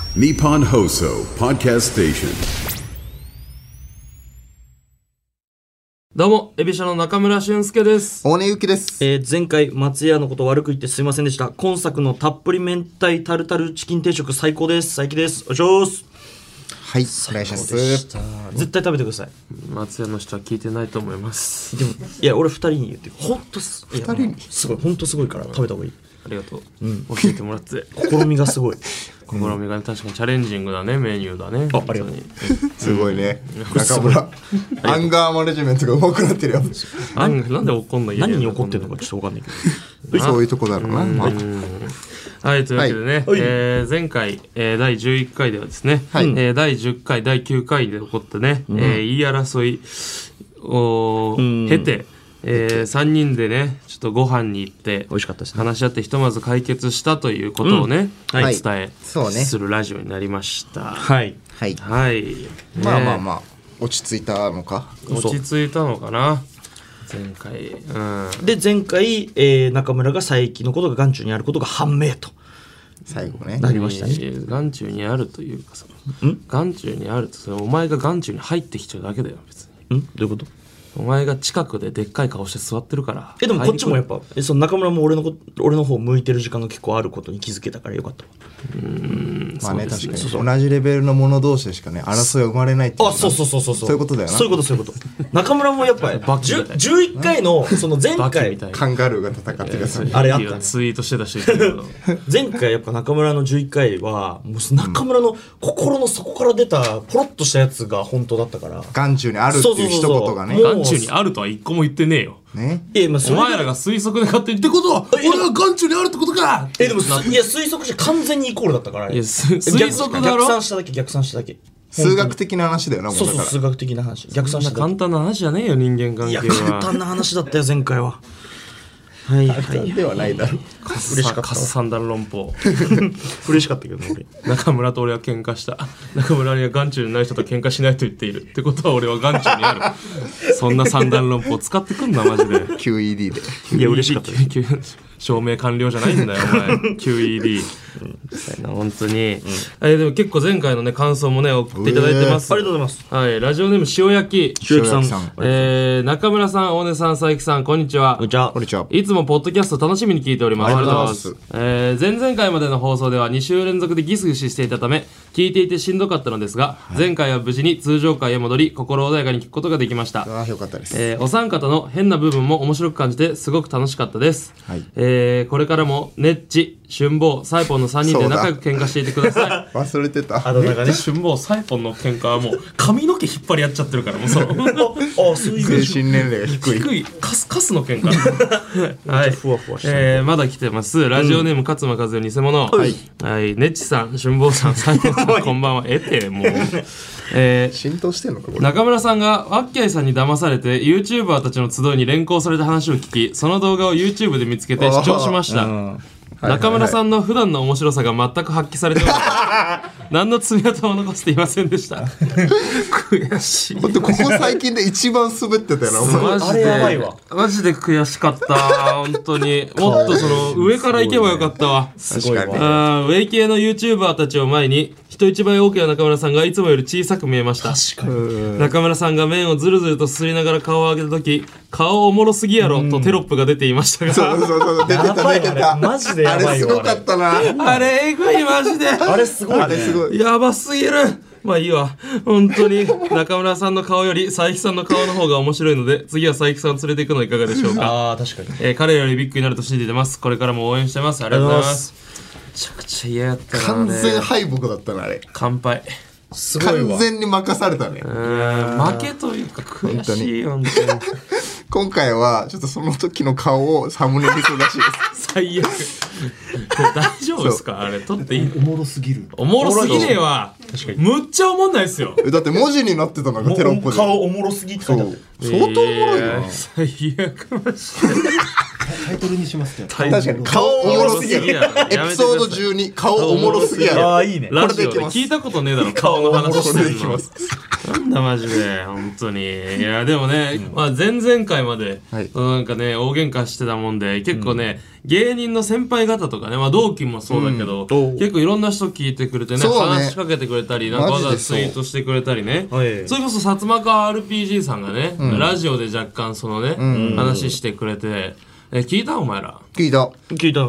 Nippon Hoso Podcast Station。 どうもエビシャの中村俊介です。 大根ゆきです。 前回松屋のこと悪く言ってすいませんでした。今作のたっぷり明太タルタルチキン定食最高です。佐伯です。お願いします。 はい、お願いします。 絶対食べてください。 松屋の人は聞いてないと思います。 でもいや俺2人に言って本当 2人にすごい本当すごいから食べた方がいい。 ありがとう、教えてもらって試みがすごい試みが確かにチャレンジングだね、メニューだね。 ありがとう。 すごいね、中村アンガーマネジメントが上手くなってるよ。 なんで怒んない？ 何に怒ってるのかちょっと分かんないけどそういうとこだろうな。 はい、というわけでね、 はい前回、第11回ではですね、 はい第10回第9回で起こったね、言い争いを経て、3人でねちょっとご飯に行って美味しかったですね。 話し合ってひとまず解決したということをね、おはい伝えそうねするラジオになりました。 はいはい、 はい、 まあまあまあ落ち着いたのか。 落ち着いたのかな前回。 で前回、中村が佐伯のことが眼中にあることが判明と最後ね。 なりましたね。 眼中にあるというかさ、眼中にあるとそれお前が眼中に入ってきちゃうだけだよ別に。 どういうこと？ お前が近くででっかい顔して座ってるから。 でもこっちもやっぱその中村も俺の方向いてる時間が結構あることに気づけたからよかった。 まあね、確かに同じレベルの者同士でしかね争いは生まれないっていう。 そうそういうことだよな。 そういうこと中村もやっぱり11回のその前回カンガルーが戦ってるやつ。 あれあったねツイートしてた人いたけど前回やっぱ中村の11回はもう中村の心の底から出たポロッとしたやつが本当だったから、 眼中にあるっていう一言がね。 そう眼中にあるとは一個も言ってねえよね。 お前らが推測で勝手にってことは俺は眼中にあるってことか。 でもいや推測して完全にイコールだったから。 いや推測だろ。 逆算しただけ数学的な話だよな。もうだから数学的な話逆算しただけ。 簡単な話じゃねえよ人間関係は。 いや簡単な話だったよ前回は。はいはいではないだろ。 嬉しかった。 カス三段論法嬉しかったけどね俺。 中村と俺は喧嘩した。中村には眼中にない人と喧嘩しないと言っているってことは俺は眼中にあるそんな三段論法使ってくんなマジで。 QED で。 いや嬉しかった証明完了じゃないんだよお前QED 本当に、でも結構前回のね感想もね送っていただいてます。 ありがとうございます。 はい、ラジオネーム塩焼き。 塩焼きさん、 中村さん、大根さん、佐伯さん、こんにちは。 こんにちは。 こんにちは。 いつもポッドキャスト楽しみに聞いております。 ありがとうございます。 前々回までの放送では2週連続でギスギスしていたため聞いていてしんどかったのですが、前回は無事に通常回へ戻り心穏やかに聞くことができました。 ああ、よかったです。 お三方の変な部分も面白く感じてすごく楽しかったです。 はい。 これからもネッチ、春坊、サイポンの3人で仲良く喧嘩していてください。 忘れてた。 あだ名がね。 春坊、サイポンの喧嘩はもう髪の毛引っ張り合っちゃってるからもうそのあそういう精神年齢が低い。 カスの喧嘩はいふわふわしてまだ来てます。ラジオネーム勝間和代偽物。はい、ネッチさん、春坊さん、サイポンさんこんばんは。得てもう浸透してんのかこれ。 中村さんがワッキャイさんに騙されて YouTuber たちの集いに連行された話を聞き、その動画を YouTube で見つけて視聴しました。中村さんの普段の面白さが全く発揮されておらず何の爪痕も残していませんでした悔しい。 ほんとここ最近で一番滑ってたよな。 マジであれやばいわ。 マジで悔しかった本当に。もっとその上から行けばよかったわ。 すごいわ。 確かウェイ系の YouTuber たちを前に人一倍大きな中村さんがいつもより小さく見えました。 確かに中村さんが麺をずるずるとすすりながら顔を上げた時、顔おもろすぎやろとテロップが出ていましたが、 そう出てた出てた。 マジでやばいよ。 あれすごかったな。 あれえぐいマジであれすごいね。 あれすごい。 やばすぎる。まあいいわ。本当に中村さんの顔より佐伯さんの顔の方が面白いので、次は佐伯さんを連れて行くのはいかがでしょうか。 ああ確かに。 彼らよりビッグになると信じてます。これからも応援してます。ありがとうございます。めちゃくちゃ嫌やったな。 完全敗北だったなあれ。 乾杯。 すごいわ。 完全に任されたね。 負けというか悔しいよ本当に。 今回はちょっとその時の顔をサムネにするらしいです。 最悪。大丈夫ですかあれ撮っていいの？ おもろすぎる。 おもろすぎねえわ。確かに。むっちゃおもんないっすよ。 だって文字になってたのがテロップで。 顔おもろすぎって書いてある。 相当おもろいな。 最悪マジで。 タイトルにしますよ。 確かに顔おもろすぎやろ。エピソード12顔おもろすぎやろ。 ああいいね。 ラジオで聞いたことねえだろ顔の話してるの。 なんだマジで本当に。いやでもね、まあ、前々回まで、なんかね大喧嘩してたもんで結構ね、芸人の先輩方とかね、まあ、同期もそうだけど、結構いろんな人聞いてくれてね、話しかけてくれたりなんかわざわざツイートしてくれたりね、それこそ薩摩川 RPG さんがね、ラジオで若干そのね、話してくれて、聞いたお前ら。 聞いた。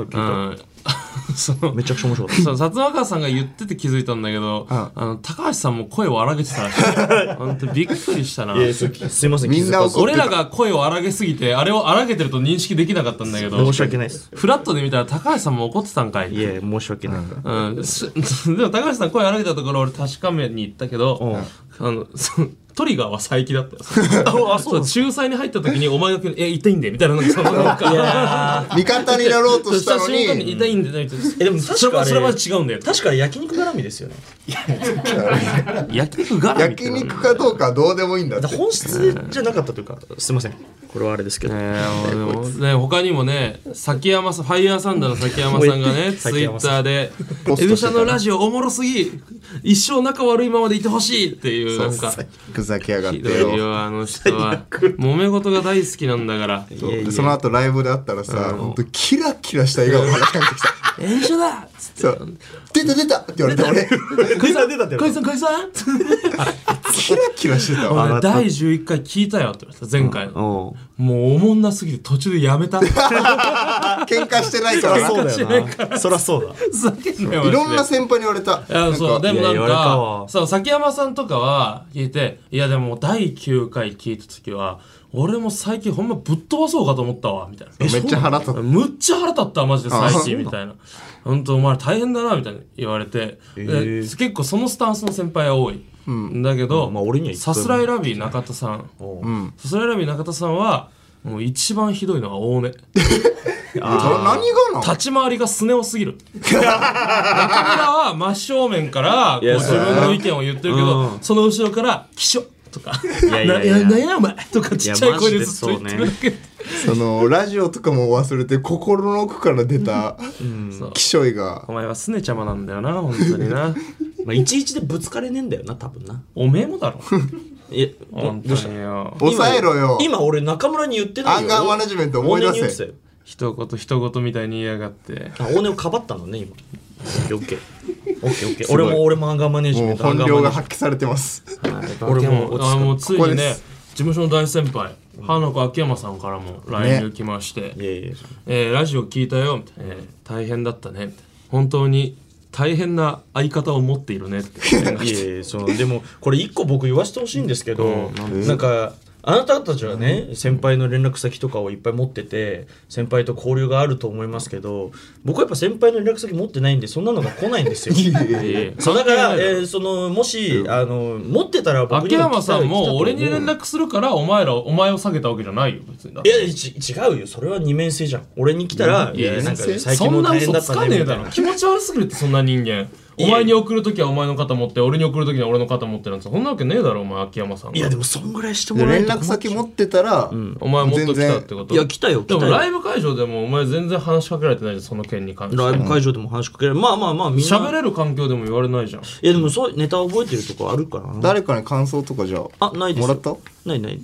めちゃくちゃ面白かった。 薩摩川さんが言ってて気づいたんだけど、高橋さんも声を荒げてたらしい。本当びっくりしたな。 すいません、 みんな俺らが声を荒げすぎてあれを荒げてると認識できなかったんだけど、 申し訳ないです。 フラットで見たら高橋さんも怒ってたんかい。 いや申し訳ない。 でも高橋さん声荒げたところ俺確かめに行ったけど、トリガーは佐伯だったよ。そう仲裁に入った時にお前が痛いんでみたいななんか味方になろうとしたのに痛いんででも確かそれは違うんだよ。 確か焼肉絡みですよね。 焼肉絡み。 焼肉かどうかはどうでもいいんだって。 本質じゃなかったというか、すいません。これはあれですけど。 でもね他にもね崎山さんファイヤーサンダーの崎山さんがねツイッターで「エビシャのラジオおもろすぎ一生仲悪いままでいてほしい」っていうなんかふざけやがってひどいよあの人は。揉め事が大好きなんだから。 でその後ライブで会ったらさ、本当キラキラした笑顔が話しかけてきた。 エビシャだっつってそう出たって言われて俺解散出たって解散キラキラしてたわ。 俺第11回聞いたよって言われた前回の。もうおもんなすぎて途中でやめた。 喧嘩してないからな。 そうだよな。そりゃそうだ。 ふざけんなよ。 いろんな先輩に言われた。 いやそうでもなん言われたかわそう崎山さんとかは聞いていやでも第9回聞いた時は俺も最近ほんまぶっ飛ばそうかと思ったわみたいな。 めっちゃ腹立った。 むっちゃ腹立ったわマジで最近みたいな。本当お前大変だなみたいな言われて、で結構そのスタンスの先輩は多い。だけど、 まあ俺にはさすらいラビー中田さん、さすらいラビー中田さんはもう一番ひどいのは大根。 何がな。 立ち回りがスネ夫すぎる。中村は真正面からこう自分の意見を言ってるけど、その後ろから「気象」とか「なんやお前」とかちっちゃい声でずっと言ってるだけ。 そのラジオとかも忘れて心の奥から出た気象いが。 お前はすねちゃまなんだよな本当にな。 まあいちいちでぶつかれねえんだよな多分な。 おめえもだろ。 どうしたよ。 抑えろよ。 今俺中村に言ってないよ。 アンガーマネジメント思い出せ。 一言みたいに言いやがって。 大根をかばったのね今。オッケー。俺もアンガーマネジメント。 本領が発揮されてます。 俺もついにね事務所の大先輩花子秋山さんからも LINE が来まして「ラジオ聞いたよ」みたいな「大変だったね」本当に大変な相方を持っているねってでもこれ一個僕言わせてほしいんですけど、なんかあなたたちはね先輩の連絡先とかをいっぱい持ってて先輩と交流があると思いますけど、僕はやっぱ先輩の連絡先持ってないんでそんなのが来ないんですよ。そうだから、もし持ってたら僕に秋山さんも俺に連絡するからお前を下げたわけじゃないよ別に。 いや違うよ、それは二面性じゃん。俺に来たらなんか最近も大変だったねみたいな。 気持ち悪すぎるってそんな人間。お前に送るときはお前の肩持って俺に送るときには俺の肩持ってなんてそんなわけねえだろお前秋山さんが。 いやでもそんぐらいしてもらえ連絡先持ってたら、 お前もっと来たってこと。 いや来たよ。 でもライブ会場でもお前全然話しかけられてないじゃんその件に関して。 ライブ会場でも話しかけられる。まあみんな喋れる環境でも言われないじゃん。いやでもそうネタ覚えてるとこあるからな。 誰かに感想とかじゃあないです。 もらった？ ないです。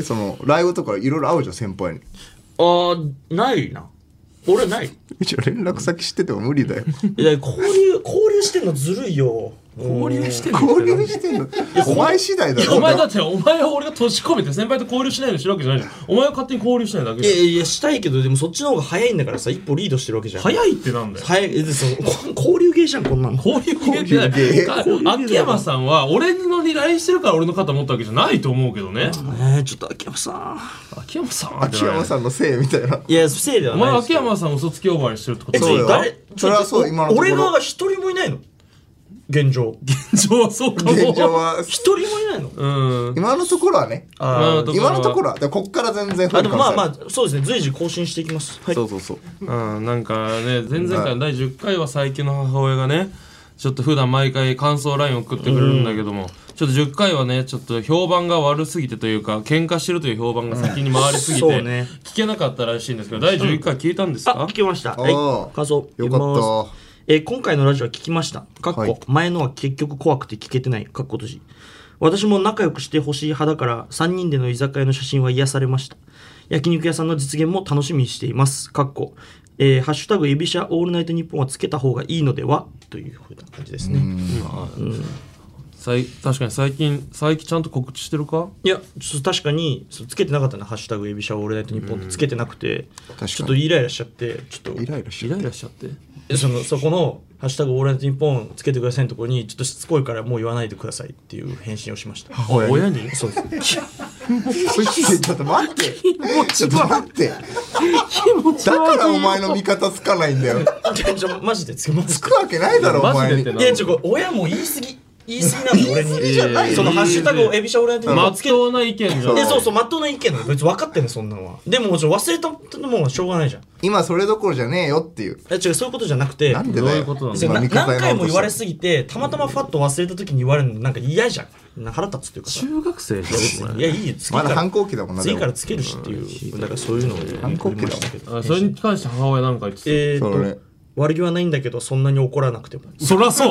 そのライブとかいろいろ会うじゃん先輩に。 ないな。俺ない。 一応連絡先知ってても無理だよ。 いや交流してんのずるいよ。 交流してんのお前次第だろ。 お前だってお前は俺が閉じ込めて先輩と交流しないようにしてるわけじゃないじゃん。お前は勝手に交流しないだけじゃん。 いやしたいけどでもそっちの方が早いんだからさ、一歩リードしてるわけじゃん。 早いってなんだよ。 早い交流ゲーじゃんこんなの。 交流ゲーってない。秋山さんは俺のに LINE してるから俺の肩持ったわけじゃないと思うけどね。 ちょっと秋山さんのせいみたいな。 いやせいではない。 お前秋山さん嘘つき呼ばわりしてるってこと。 そうよ。それはそう。今のところ俺側が一人もいないの。現状はそうかも。 現状は一人もいないの。 今のところはね。今のところはこっから全然増えるかもしれない。 そうですね、随時更新していきます。 そうなんかね前々回の第10回は佐伯の母親がねちょっと普段毎回感想 LINE 送ってくれるんだけども、ちょっと10回はねちょっと評判が悪すぎてというか喧嘩してるという評判が先に回りすぎて聞けなかったらしいんですけど、第11回聞いたんですか？ 聞きました。感想よかった。 今回のラジオは聞きました。前のは結局怖くて聞けてない。 私も仲良くしてほしい派だから3人での居酒屋の写真は癒されました。焼肉屋さんの実現も楽しみにしています。ハッシュタグエビシャオールナイトニッポンはつけた方がいいのではというふうな感じですね。 確かに最近ちゃんと告知してるか？ いや確かにつけてなかったな。ハッシュタグエビシャオールナイトニッポンってつけてなくて、ちょっとイライラしちゃってイライラしちゃってそこのハッシュタグオールナイトニッポンつけてくださいのところにちょっとしつこいからもう言わないでくださいっていう返信をしました。 親に？ そうです。 ちょっと待ってちょっと待ってだからお前の味方つかないんだよ。 マジでつくわけないだろお前に。 いや親も言い過ぎなんだ俺に。そのハッシュタグをエビシャオールナイトニッポンつけるまっとうな意見じゃん。 そうまっとうな意見なの。別に分かってんのそんなのは。でも忘れたのもしょうがないじゃん。 今それどころじゃねえよっていう。 違うそういうことじゃなくて。 なんでだよ。 何回も言われすぎてたまたまファッと忘れた時に言われるのなんか嫌じゃん。腹立つっていうかさ。 中学生じゃん。 いやいいよ。 まだ反抗期だもんな。 次からつけるしっていう。だからそういうのを反抗期だもん。 それに関して母親なんか言ってた。 悪気はないんだけどそんなに怒らなくても。 そりゃそう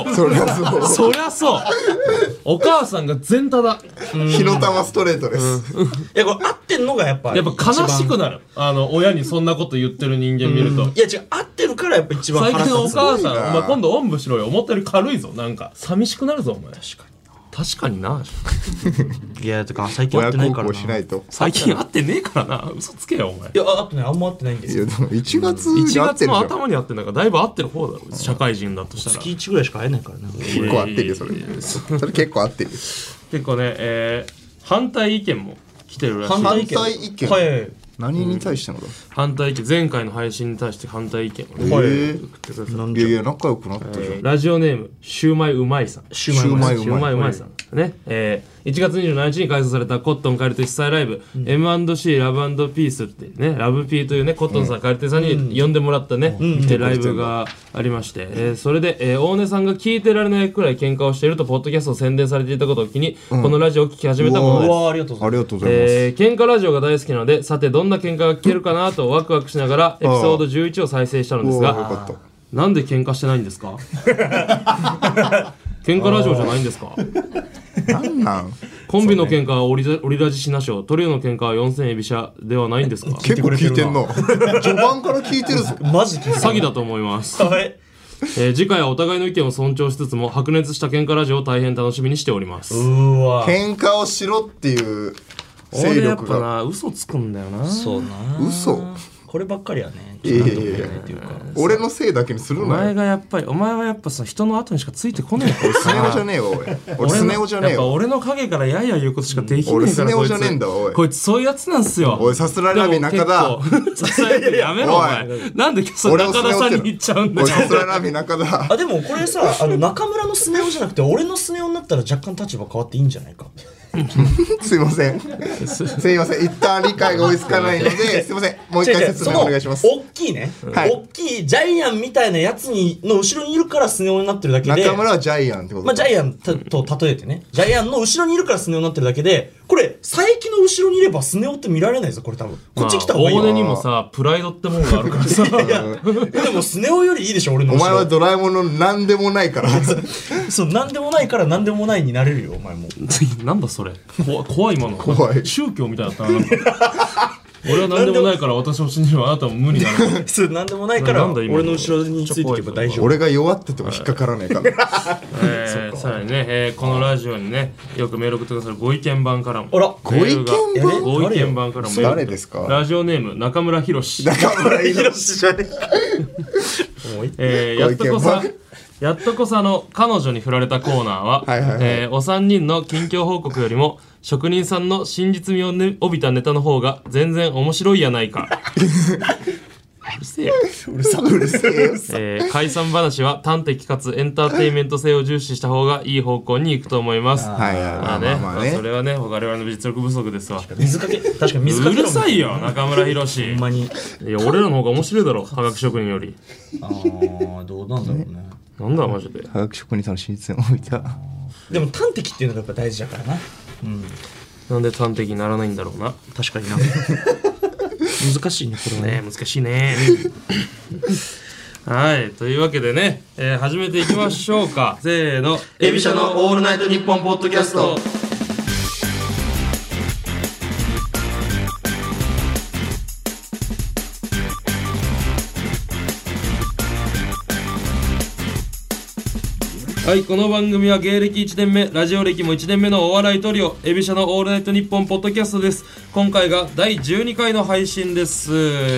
お母さんが全多だ。 火の玉ストレートです。 いやこれ合ってんのがやっぱ悲しくなる。親にそんなこと言ってる人間見ると。 いや違う合ってるからやっぱ一番腹立つ。 最近のお母さんお前今度おんぶしろよ。思ったより軽いぞ。なんか寂しくなるぞお前。確かにな。 いやとか最近会ってないからな。 最近会ってねえからな。嘘つけよお前。 いや会ってない。あんま会ってないんですよ。 いやでも1月の頭に会ってんだからだいぶ会ってる方だろ。社会人だとしたら月1ぐらいしか会えないからな。 結構合ってるよそれ結構合ってる。 結構ね反対意見も来てるらしい。 反対意見はい何に対してのだ。 反対意見前回の配信に対して反対意見を送ってください。いや仲良くなってる。 ラジオネームシューマイうまいさん。 シューマイうまいさんね。1月27日に開催されたコットンカエル亭主催ライブ M&C ラブ&ピースっていうねラブピーというねコットンさんカエル亭さんに呼んでもらったねライブがありましてそれで大根さんが聞いてられないくらい喧嘩をしているとポッドキャストを宣伝されていたことを機にこのラジオを聞き始めたものです。 ありがとうございます。 喧嘩ラジオが大好きなのでさてどんな喧嘩が聞けるかなとワクワクしながらエピソード11を再生したのですがなんで喧嘩してないんですか？喧嘩ラジオじゃないんですか？ なんコンビの喧嘩はオリラジしなしょう。トリオの喧嘩は4000エビシャではないんですか？ 結構聞いてんの。序盤から聞いてるぞ。 マジで詐欺だと思います。次回はお互いの意見を尊重しつつも白熱した喧嘩ラジオを大変楽しみにしております。 喧嘩をしろっていう勢力が。 俺やっぱな嘘つくんだよな。 そうな。 嘘。 こればっかりはね。 俺のせいだけにするなよ。 お前はやっぱさ人の後にしかついてこねえ。 俺スネ夫じゃねえよ俺スネ夫じゃねえよ。 やっぱ俺の影からやや言うことしかできねえから。 俺スネ夫じゃねえんだおい。 こいつそういうやつなんすよ。 おいさすらいラビ中田。 さすらいラビやめろお前。なんで中田さんに言っちゃうんだよ。 おいさすらいラビ中田。 でもこれさ中村のスネ夫じゃなくて俺のスネ夫になったら若干立場変わっていいんじゃないか。 すいません一旦理解が追いつかないのですいませんもう一回説明お願いします。 大きいね、大きいジャイアンみたいなやつの後ろにいるからスネ夫になってるだけで、 中村はジャイアンってこと。 ジャイアンと例えてね、ジャイアンの後ろにいるからスネ夫になってるだけで、これ佐伯の後ろにいればスネ夫って見られないぞ。これ多分こっち来た方がいいよ。 大根にもさプライドってもんがあるからさ。 でもスネ夫よりいいでしょ俺の後ろ。 お前はドラえもんの何でもないから。 そう何でもないから何でもないになれるよお前も。 なんだそれ怖い今の。 怖い宗教みたいだったな。俺は何でもないから私を信じるあなたも無になる。 そう何でもないから俺の後ろについていけば大丈夫。 俺が弱ってても引っかからねえから。 さらにね、このラジオにねよくメール送ってくださるご意見番からも。 ご意見番。 ご意見番からも。 誰ですか？ ラジオネーム中村博史。 中村博史じゃねえ。やっとこさの彼女に振られたコーナーは、お三人の近況報告よりも職人さんの真実味を帯びたネタの方が全然面白いやないか。うるせえよ。 うるせえよ。 解散話は端的かつエンターテインメント性を重視した方がいい方向に行くと思います。それはね我々の実力不足ですわ。 確かに水かけうるさいよ中村博史。 ほんまに。 いや俺らの方が面白いだろはがき職人より。 どうなんだろうね。 なんだマジで。 はがき職人さんの真実を置いた。 でも端的っていうのがやっぱ大事だからな。 なんで端的にならないんだろうな。 確かにな。難しいねこれはね。 難しいね。はいというわけでね、始めていきましょうか。せーの。 エビシャのオールナイトニッポンポッドキャスト。 はい、この番組は芸歴1年目ラジオ歴も1年目のお笑いトリオエビシャのオールナイトニッポンポッドキャストです。今回が第12回の配信です。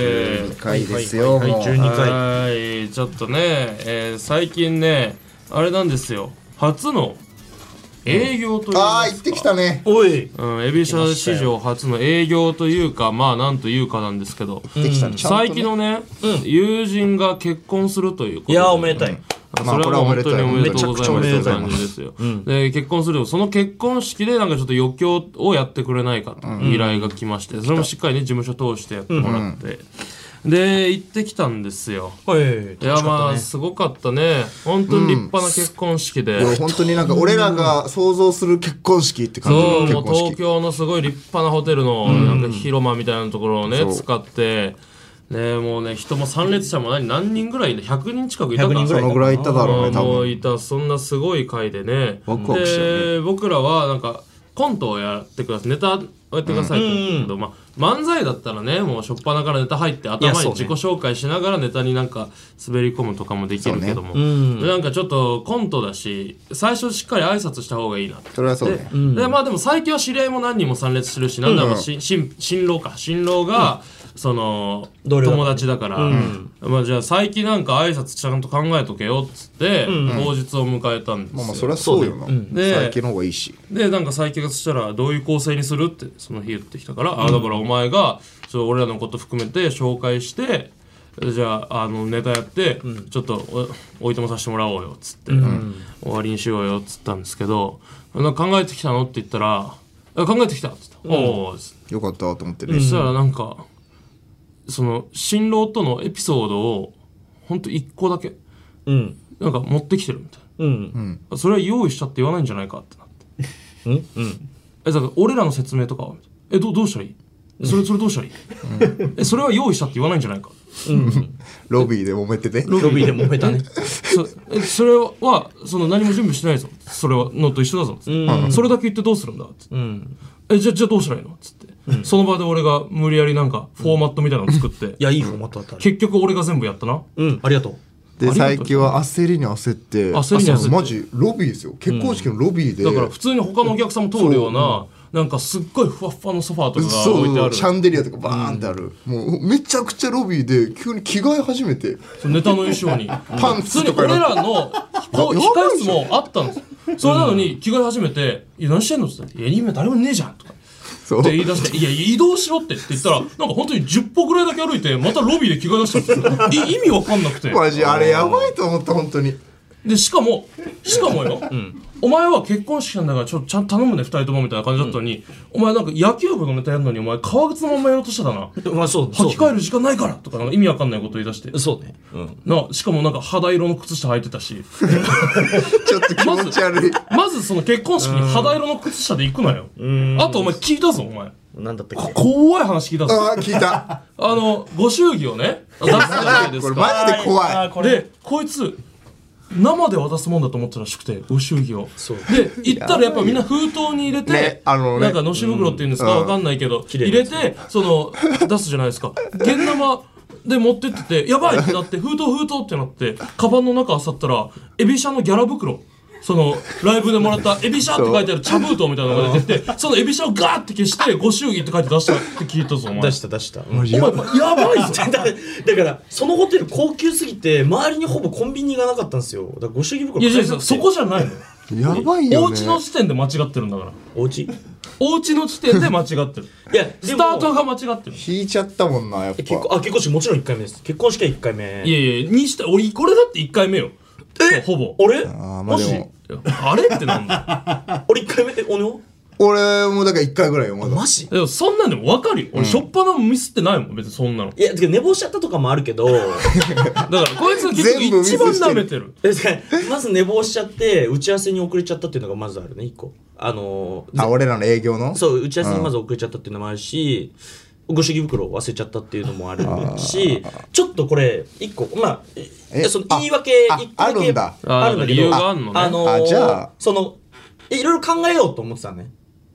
12回ですよ。 はい、12回。 はい、ちょっとね、最近ねあれなんですよ、初の営業というああ行ってきたね。 おい、 エビシャ史上初の営業というか、まあなんというかなんですけど、 行ってきたね。 最近のね、友人が結婚するということで、 いやおめでたい。 それは本当におめでとうございますめちゃくちゃおめでたいという感じですよ。で結婚する、その結婚式でなんかちょっと余興をやってくれないかと依頼が来まして、それもしっかりね事務所通してやってもらって、で行ってきたんですよ。いやまあすごかったね。本当に立派な結婚式で、 本当になんか俺らが想像する結婚式って感じのそう、もう結婚式。 東京のすごい立派なホテルのなんか広間みたいなところをね使って、ね、もうね人も参列者も何人ぐらいで100人近くいたか、 100人ぐらいそのぐらいいただろうね多分。 もういた、そんなすごい会でね。 ワクワクしたよね。 で僕らはなんかコントをやってください、ネタをやってくださいって言うんだけど、まあ、漫才だったらねもう初っ端からネタ入って頭に自己紹介しながらネタになんか滑り込むとかもできるけども、なんかちょっとコントだし最初しっかり挨拶した方がいいなって。 それはそうね。 でまあでも最近は知り合いも何人も参列してるし、なんだろう、新郎が、その友達だから、まあ、じゃあ最近なんか挨拶ちゃんと考えとけよっつって、当日を迎えたんですよ。 まあまあそれはそうよな。 で最近の方がいいし。 でなんか最近がそしたらどういう構成にするってその日言ってきたから、あだからお前が俺らのこと含めて紹介して、じゃあネタやって、ちょっとおいともさせてもらおうよっつって、終わりにしようよっつったんですけど、なんか考えてきたのって言ったら考えてきたっつった、おおよかったと思ってそね。 したらなんかその新郎とのエピソードをほんと1個だけなんか持ってきてるみたいな、それは用意したって言わないんじゃないかってなってだから俺らの説明とかはどうしたらいい、それどうしたらいい、それは用意したって言わないんじゃないか、 ロビーで揉めてて。 ロビーで揉めたね。 それはその何も準備してないぞ、それはのと一緒だぞ、それだけ言ってどうするんだっつって、じゃあどうしたらいいのっつって、その場で俺が無理やりなんかフォーマットみたいなの作って、 いやいいフォーマットだった。 結局俺が全部やったな。 ありがとう。 で最近は焦りに焦ってマジロビーですよ。結婚式のロビーで。 だから普通に他のお客さんも通るような、なんかすっごいふわふわのソファーとかが置いてある、 シャンデリアとかバーンってある、もうめちゃくちゃロビーで急に着替え始めて、 ネタの衣装にパンツとか普通に俺らの控室もあったんですよ。それなのに着替え始めて「いや何してんの?」って言ったら「いや今誰もねえじゃん」とかって言い出して「いや移動しろ」って言ったらなんか本当に10歩ぐらいだけ歩いてまたロビーで着替え出したんですよ。意味わかんなくてマジあれやばいと思った本当に。 でしかもよ、お前は結婚式なんだからちゃんと頼むね2人ともみたいな感じだったのに、お前なんか野球部のネタやるのにお前革靴のままやろうとしてたな。 まあそう履き替える時間ないからとかなんか意味わかんないこと言い出して、 そうね。 しかもなんか肌色の靴下履いてたしちょっと気持ち悪い。 まずその結婚式に肌色の靴下で行くなよ。あとお前聞いたぞお前、 なんだったっけ。 怖い話聞いたぞ。 あ聞いた。 ご祝儀をね出すじゃないですか。 これマジで怖い。 でこいつ生で渡すもんだと思ってたらしくて、ご祝儀をで行ったらやっぱみんな封筒に入れて、 ねなんかのし袋っていうんですかわかんないけど入れてその出すじゃないですか。現生で持ってっててやばいってなって封筒ってなってカバンの中漁ったらエビシャのギャラ袋、そのライブでもらったエビシャって書いてある茶封筒みたいなのが出てて、そのエビシャをガーって消してご祝儀って書いて出したって聞いたぞお前。 出したお前やばいぞだからそのホテル高級すぎて周りにほぼコンビニがなかったんですよ。だからご祝儀袋いやそこじゃないの。 やばいよね。 お家の時点で間違ってるんだから。 お家の時点で間違ってる。 いやスタートが間違ってる。 引いちゃったもんなやっぱ。 結婚式もちろん1回目です。結婚式は1回目。 いやにして俺これだって1回目よ。ほぼ。 俺まあでもあれってなんだ。 俺1回目おの俺もだから1回ぐらいよまだ。 マジ。 でもそんなんでも分かるよ。俺しょっぱなミスってないもん別にそんなの。 いやてか寝坊しちゃったとかもあるけどだからこいつ結局一番舐めてる。 まず寝坊しちゃって打ち合わせに遅れちゃったっていうのがまずあるね1個。 俺らの営業のそう打ち合わせにまず遅れちゃったっていうのもあるし、ご祝儀袋を忘れちゃったっていうのもあるし、ちょっとこれ1個まあその言い訳1個だけあるんだけど、 理由があるのね。 じゃあそのいろいろ考えようと思ってたね。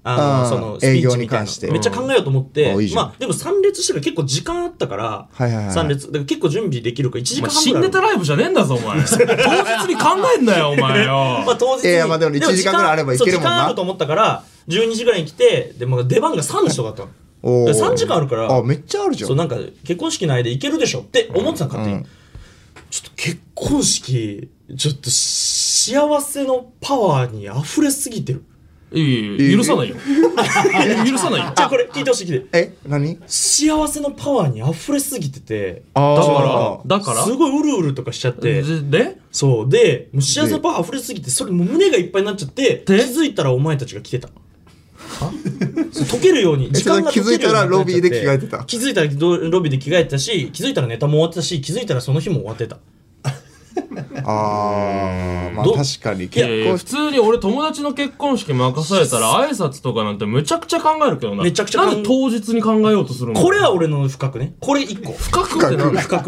うんそのスピーチみたい営業に関してなめっちゃ考えようと思っておいいじゃんまあでも参列してから結構時間あったからはいはいはい参列だから結構準備できるから1時間半ぐらいお前新ネタライブじゃねえんだぞお前当日に考えんなよお前よまあ当日にいやまあでも1時間ぐらいあればいけるもんなそう時間あると思ったから12時ぐらいに来てでも出番が3時とかだったのおー 3時間あるからあめっちゃあるじゃんそうなんか結婚式の間行けるでしょって思ってたの勝手に、ちょっと結婚式ちょっと幸せのパワーに溢れすぎてるいや許さないよ許さないよじゃあこれ聞いてほしい聞いて何幸せのパワーに溢れすぎててだからすごいうるうるとかしちゃってでそうでもう幸せのパワー溢れすぎてそれもう胸がいっぱいになっちゃって気づいたらお前たちが来てたそう溶けるように時間が溶けるようになっちゃって気づいたらロビーで着替えてた気づいたらロビーで着替えてたし気づいたらネタも終わってたし気づいたらその日も終わってたまあど確かにいやいや普通に俺友達の結婚式任されたら挨拶とかなんてむちゃくちゃ考えるけどなめちゃくちゃなんで当日に考えようとするのこれは俺の深くねこれ1個深くってなんだ深く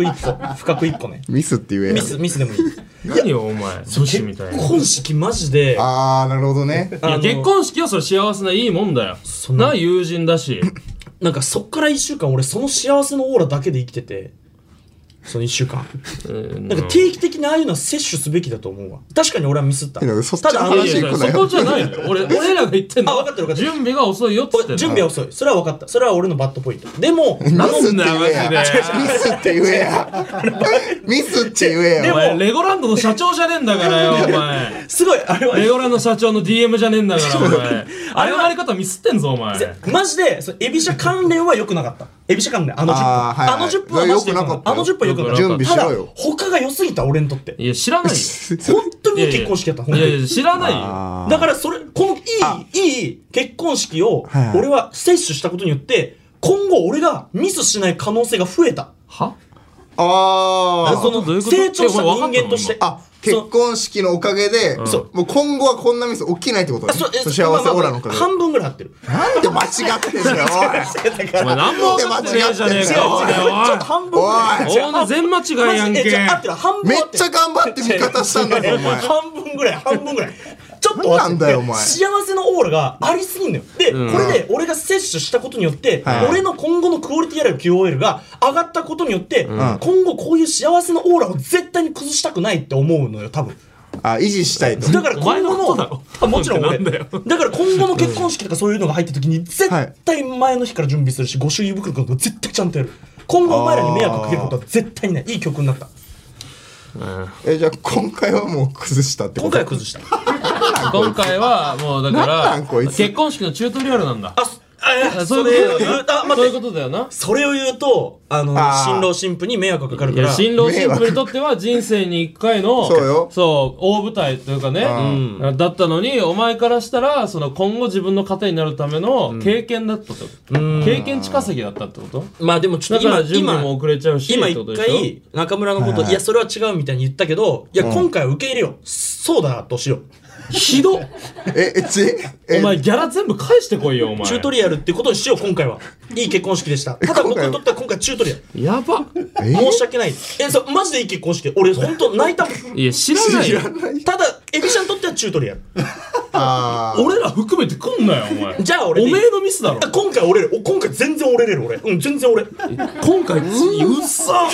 1個ねミスって言えよミスでもいい何よお前武士みたいな結婚式マジでなるほどねいや結婚式はそれ幸せないいもんだよな友人だしなんかそっから1週間俺その幸せのオーラだけで生きててその1週間なんか定期的にああいうのは摂取すべきだと思うわ確かに俺はミスったそっちの話いやいやそこじゃないのよ俺らが言ってんのあ分かってる分かってる準備が遅いよっつってんの準備は遅いそれは分かったそれは俺のバッドポイントでもミスって言えマジでやミスって言えやミスって言えよお前レゴランドの社長じゃねえんだからよお前すごいあれはレゴランド社長の DM じゃねえんだからお前謝り方ミスってんぞお前マジでエビシャ関連は良くなかったエビシャ関連あの10分あの10分はマジで良くなかったあの10分は良くなかった準備しろよただ他が良すぎた俺にとっていや知らないよ本当にいい結婚式やった本当にいやいや知らないよだからそれこのいい結婚式をはいはい俺は摂取したことによって今後俺がミスしない可能性が増えたはそのどういうこと成長した人間として結婚式のおかげでもう今後はこんなミス起きないってことね幸せオーラのおかげで半分ぐらい合ってるなんで間違ってんだよお前何も分かってねえじゃねえかお前ちょっと半分ぐらいお前全間違いやんけ合ってる半分めっちゃ頑張って味方したんだぞお前半分ぐらいちょっと何なんだよお前幸せのオーラがありすぎんのよで、これで俺が摂取したことによって、俺の今後のクオリティある QOL が上がったことによって、今後こういう幸せのオーラを絶対に崩したくないって思うのよ多分維持したいとだから今後お前のことだろもちろん俺なんだよだから今後の結婚式とかそういうのが入った時に絶対前の日から準備するし御朱印袋とか絶対ちゃんとやる今後お前らに迷惑かけることは絶対にないいい曲になったじゃあ今回はもう崩したってこと今回は崩した今回はもうだかなんなんこいつら結婚式のチュートリアルなんだそれを言うそういうことだよなそれを言うと新郎新婦に迷惑がかかるいやから新郎新婦にとっては人生に一回のそう大舞台というかねだったのにお前からしたらその今後自分の糧になるための経験だったってこと経験値稼ぎだったってことまあでもちょっとだから準備も遅れちゃうし今一ってことでしょ回中村のこといやそれは違うみたいに言ったけどいや今回は受け入れようそうだとしようひどっお前ギャラ全部返してこいよお前チュートリアルってことにしよう今回はいい結婚式でしたただ僕にとっては今回チュートリアルやば申し訳ないそうマジでいい結婚式俺本当泣いたもんいや知らないよただエビちゃんにとってはチュートリアル俺ら含めてくんなよお前じゃあ俺おめえのミスだろ今回全然折れれる俺全然俺今回うっさ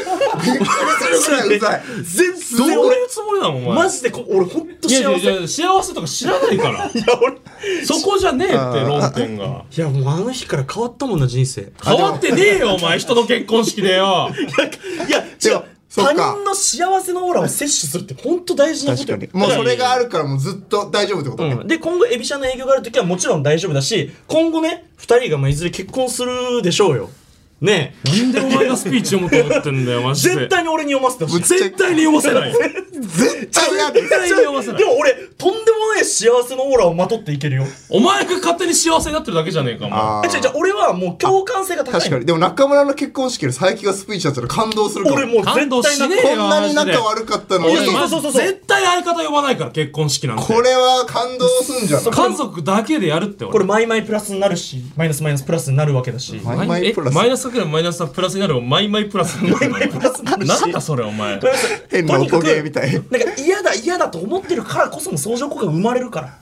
うざい全どう然俺いうつもりなのお前マジで俺ほんと幸せいや幸せとか知らないからいや俺そこじゃねえって論点がいやもうあの日から変わったもんな人生変わってねえよお前人の結婚式でよいや違う他人の幸せのオーラを摂取するって本当大事なことよもうそれがあるからもうずっと大丈夫ってことねで今後エビシャの営業があるときはもちろん大丈夫だし今後ね2人がまあいずれ結婚するでしょうよねえなんでお前がスピーチ読むと思ってんだよマジで絶対に俺に読ませてほしい絶対に読ませない絶対嫌で絶対に読ませないでも俺とんでもない幸せのオーラをまとっていけるよお前が勝手に幸せになってるだけじゃねえかお前違う俺はもう共感性が高い確かにでも中村の結婚式より佐伯がスピーチだったら感動するかも俺もう感動しねえよこんなに仲悪かったのに俺そう絶対相方呼ばないから結婚式なんてこれは感動すんじゃん家族だけでやるって俺これマイマイプラスになるしマイナスマイナスプラスになるわけだしマイマイプラスマイナスかけるマイナスプラスになるマイマイプラスマイマイプラスになるしなんだそれお前変な音ゲーみたいなんか嫌だと思ってるからこその相乗効果が生まれるから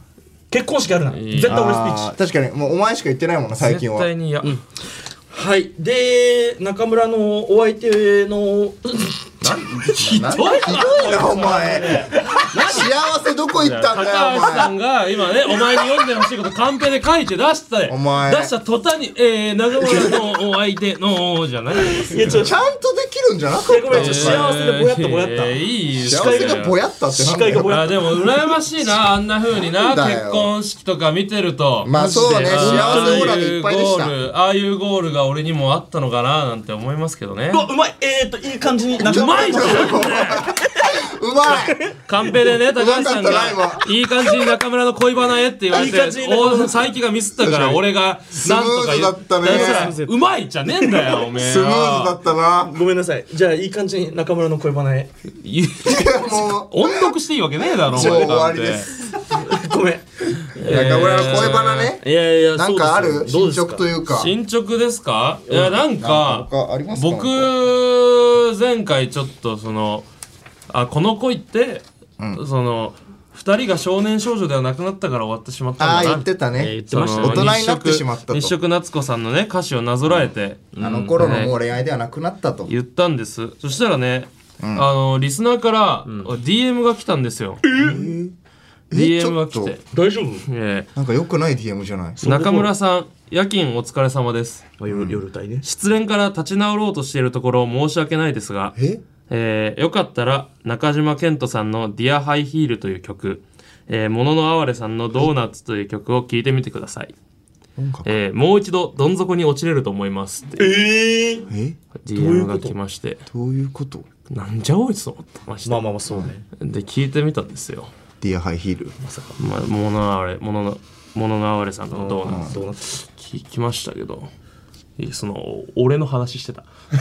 結婚式あるな絶対俺スピーチ。 確かにもうお前しか言ってないもんな最近は。 絶対に嫌。 はいで中村のお相手のひどいなお前。幸せどこ行ったんだよ高お前。 橋さんが今ねお前に読んでほしいことカンペで書いて出したお前出した途端に中村のお相手のじゃない。 いやちょちゃんとできるんじゃなかったごめん幸せでぼやったぼやったいい幸せがぼやったってなんだよ。 視界がぼやあでも羨ましいなあんな風になだよ結婚式とか見てるとまあそうねマジで幸せオーラでいっぱいでしたああいうゴールが俺にもあったのかななんて思いますけどね。 うわうまいいい感じにうまいじゃん。うまい。 カンペでね高橋さんがうまかったいい感じに中村の恋バナへって言われていい感じに中村の佐伯がミスったから俺がなんとか言スムーズだったねうまいじゃねえんだよおめえスムーズだったな。 ごめんなさいじゃあいい感じに中村の恋バナへいやもう音読していいわけねえだろもう終わりです。 ごめん中村の恋バナね。 いやいやなんかある進そうですよ捗というか。 進捗ですか。いやなんか他ありますか。 僕前回ちょっとそのこの恋ってその2人が少年少女ではなくなったから終わってしまったんだな。 ああ言ってたね。 言ってましたね大人になってしまったと。 日食夏子さんのね歌詞をなぞらえてあの頃のもう恋愛ではなくなったと。 言ったんです。そしたらねリスナーから DM が来たんですよ。DM が来て大丈夫なんか良くない DM じゃない。 中村さん夜勤お疲れ様です。 夜帯ね失恋から立ち直ろうとしているところ申し訳ないですがよかったら中島健人さんの「ディアハイヒールという曲、もののあわれさんの「ドーナツ」という曲を聴いてみてください。もう一度どん底に落ちれると思いますってDM が来まして、 どういうこと。 なんじゃこいつと思ってました。 まあそうねで聞いてみたんですよ。 ディアハイヒール。 もののあわれさんの「ドーナツ」聞きましたけどその俺の話してた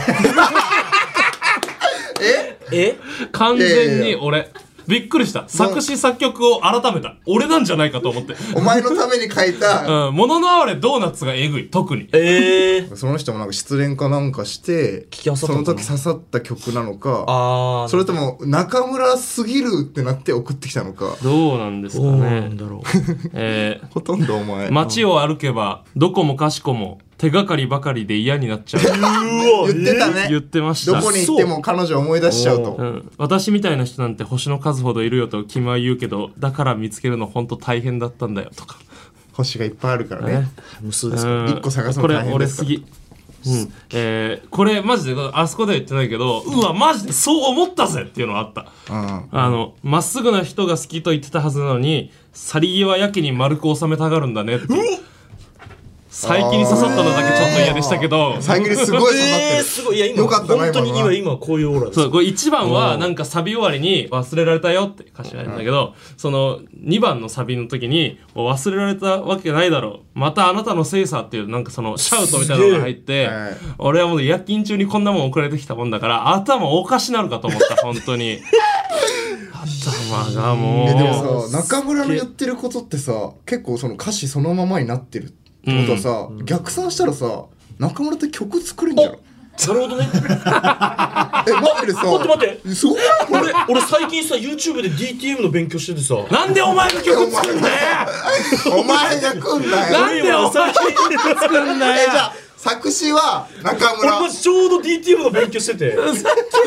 完全に俺びっくりした。作詞作曲を改めた俺なんじゃないかと思ってお前のために書いた。 もののあわれドーナツがえぐい特にその人もなんか失恋かなんかしてその時刺さった曲なのかそれとも中村すぎるってなって送ってきたのか。 どうなんですかね。 ほとんどお前街を歩けばどこもかしこも手がかりばかりで嫌になっちゃう言ってたね。 言ってました。 どこに行っても彼女を思い出しちゃうと。 私みたいな人なんて星の数ほどいるよと君は言うけどだから見つけるの本当大変だったんだよとか。 星がいっぱいあるからね。 無数ですか一個探すの大変ですから。 これ俺すぎ。これマジであそこでは言ってないけどうわマジでそう思ったぜっていうのがあった。まっすぐな人が好きと言ってたはずなのに去り際やけに丸く収めたがるんだねって佐伯に刺さったのだけちょっと嫌でしたけど佐伯にすごい刺さってる。 すごいいや今よかったな本当に今こういうオーラです。 そうこれ1番はなんかサビ終わりに忘れられたよって歌詞があるんだけどその2番のサビの時に忘れられたわけないだろうまたあなたのせいさっていうなんかそのシャウトみたいなのが入って俺はもう夜勤中にこんなもん送られてきたもんだから頭おかしなるかと思った本当に頭がもうでもさ中村の言ってることってさ結構その歌詞そのままになってるってことはさ逆算したらさ中村って曲作るんじゃん。 なるほどね。 待ってるさ。 待ってすごい。 俺最近さ YouTube で DTM の勉強しててさなんでお前が曲作るんだよお前が来んだよ。 なんでお前が曲作るんだよじゃあ作詞は中村。 俺マジちょうど DTM の勉強しててなんで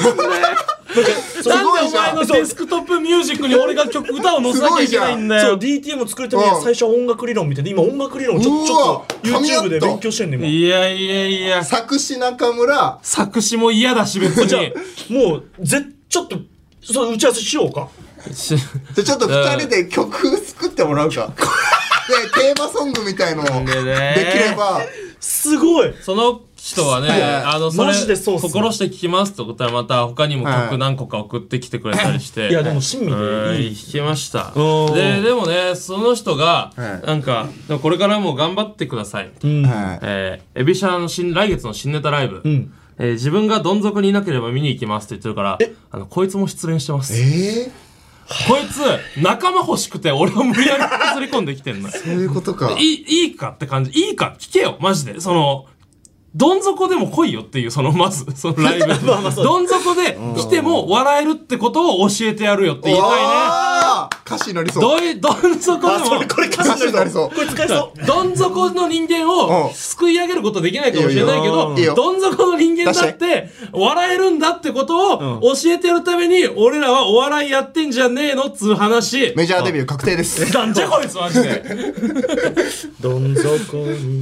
お前のデスクトップミュージックに俺が歌を載せなきゃいけないんだそうよ。 DTM を作るためには最初は音楽理論見てて今音楽理論をちょっと YouTube で勉強してんねん今。 いやいやいや作詞中村。 作詞も嫌だし別じゃあにもうちょっとそう打ち合わせしようか。 じゃあちょっと2人で曲作ってもらうか。でテーマソングみたいのできれば。 すごい。 その人はねそれマジでそうっすね心して聞きますってことはまた他にも曲何個か送ってきてくれたりしていやでも親身でいい。 聞きました。でもねその人がなんかこれからも頑張ってください。エビシャの来月の新ネタライブ自分がどん底にいなければ見に行きますって言ってるからこいつも失恋してます。こいつ仲間欲しくて俺を無理やり釣り込んできてんの。 そういうことか。 いいかって感じ。いいか聞けよマジで。そのどん底でも来いよっていうそのまずそのライブどん底で来ても笑えるってことを教えてやるよって言いたいね。 歌詞になりそう。 どん底でもこれ歌詞になりそう。これ使えそう。 どん底の人間を救い上げることできないかもしれないけど、どん底の人間だって笑えるんだってことを教えてるために俺らはお笑いやってんじゃねえのっつう話。 メジャーデビュー確定です。 なんじゃこいつマジで。 どん底に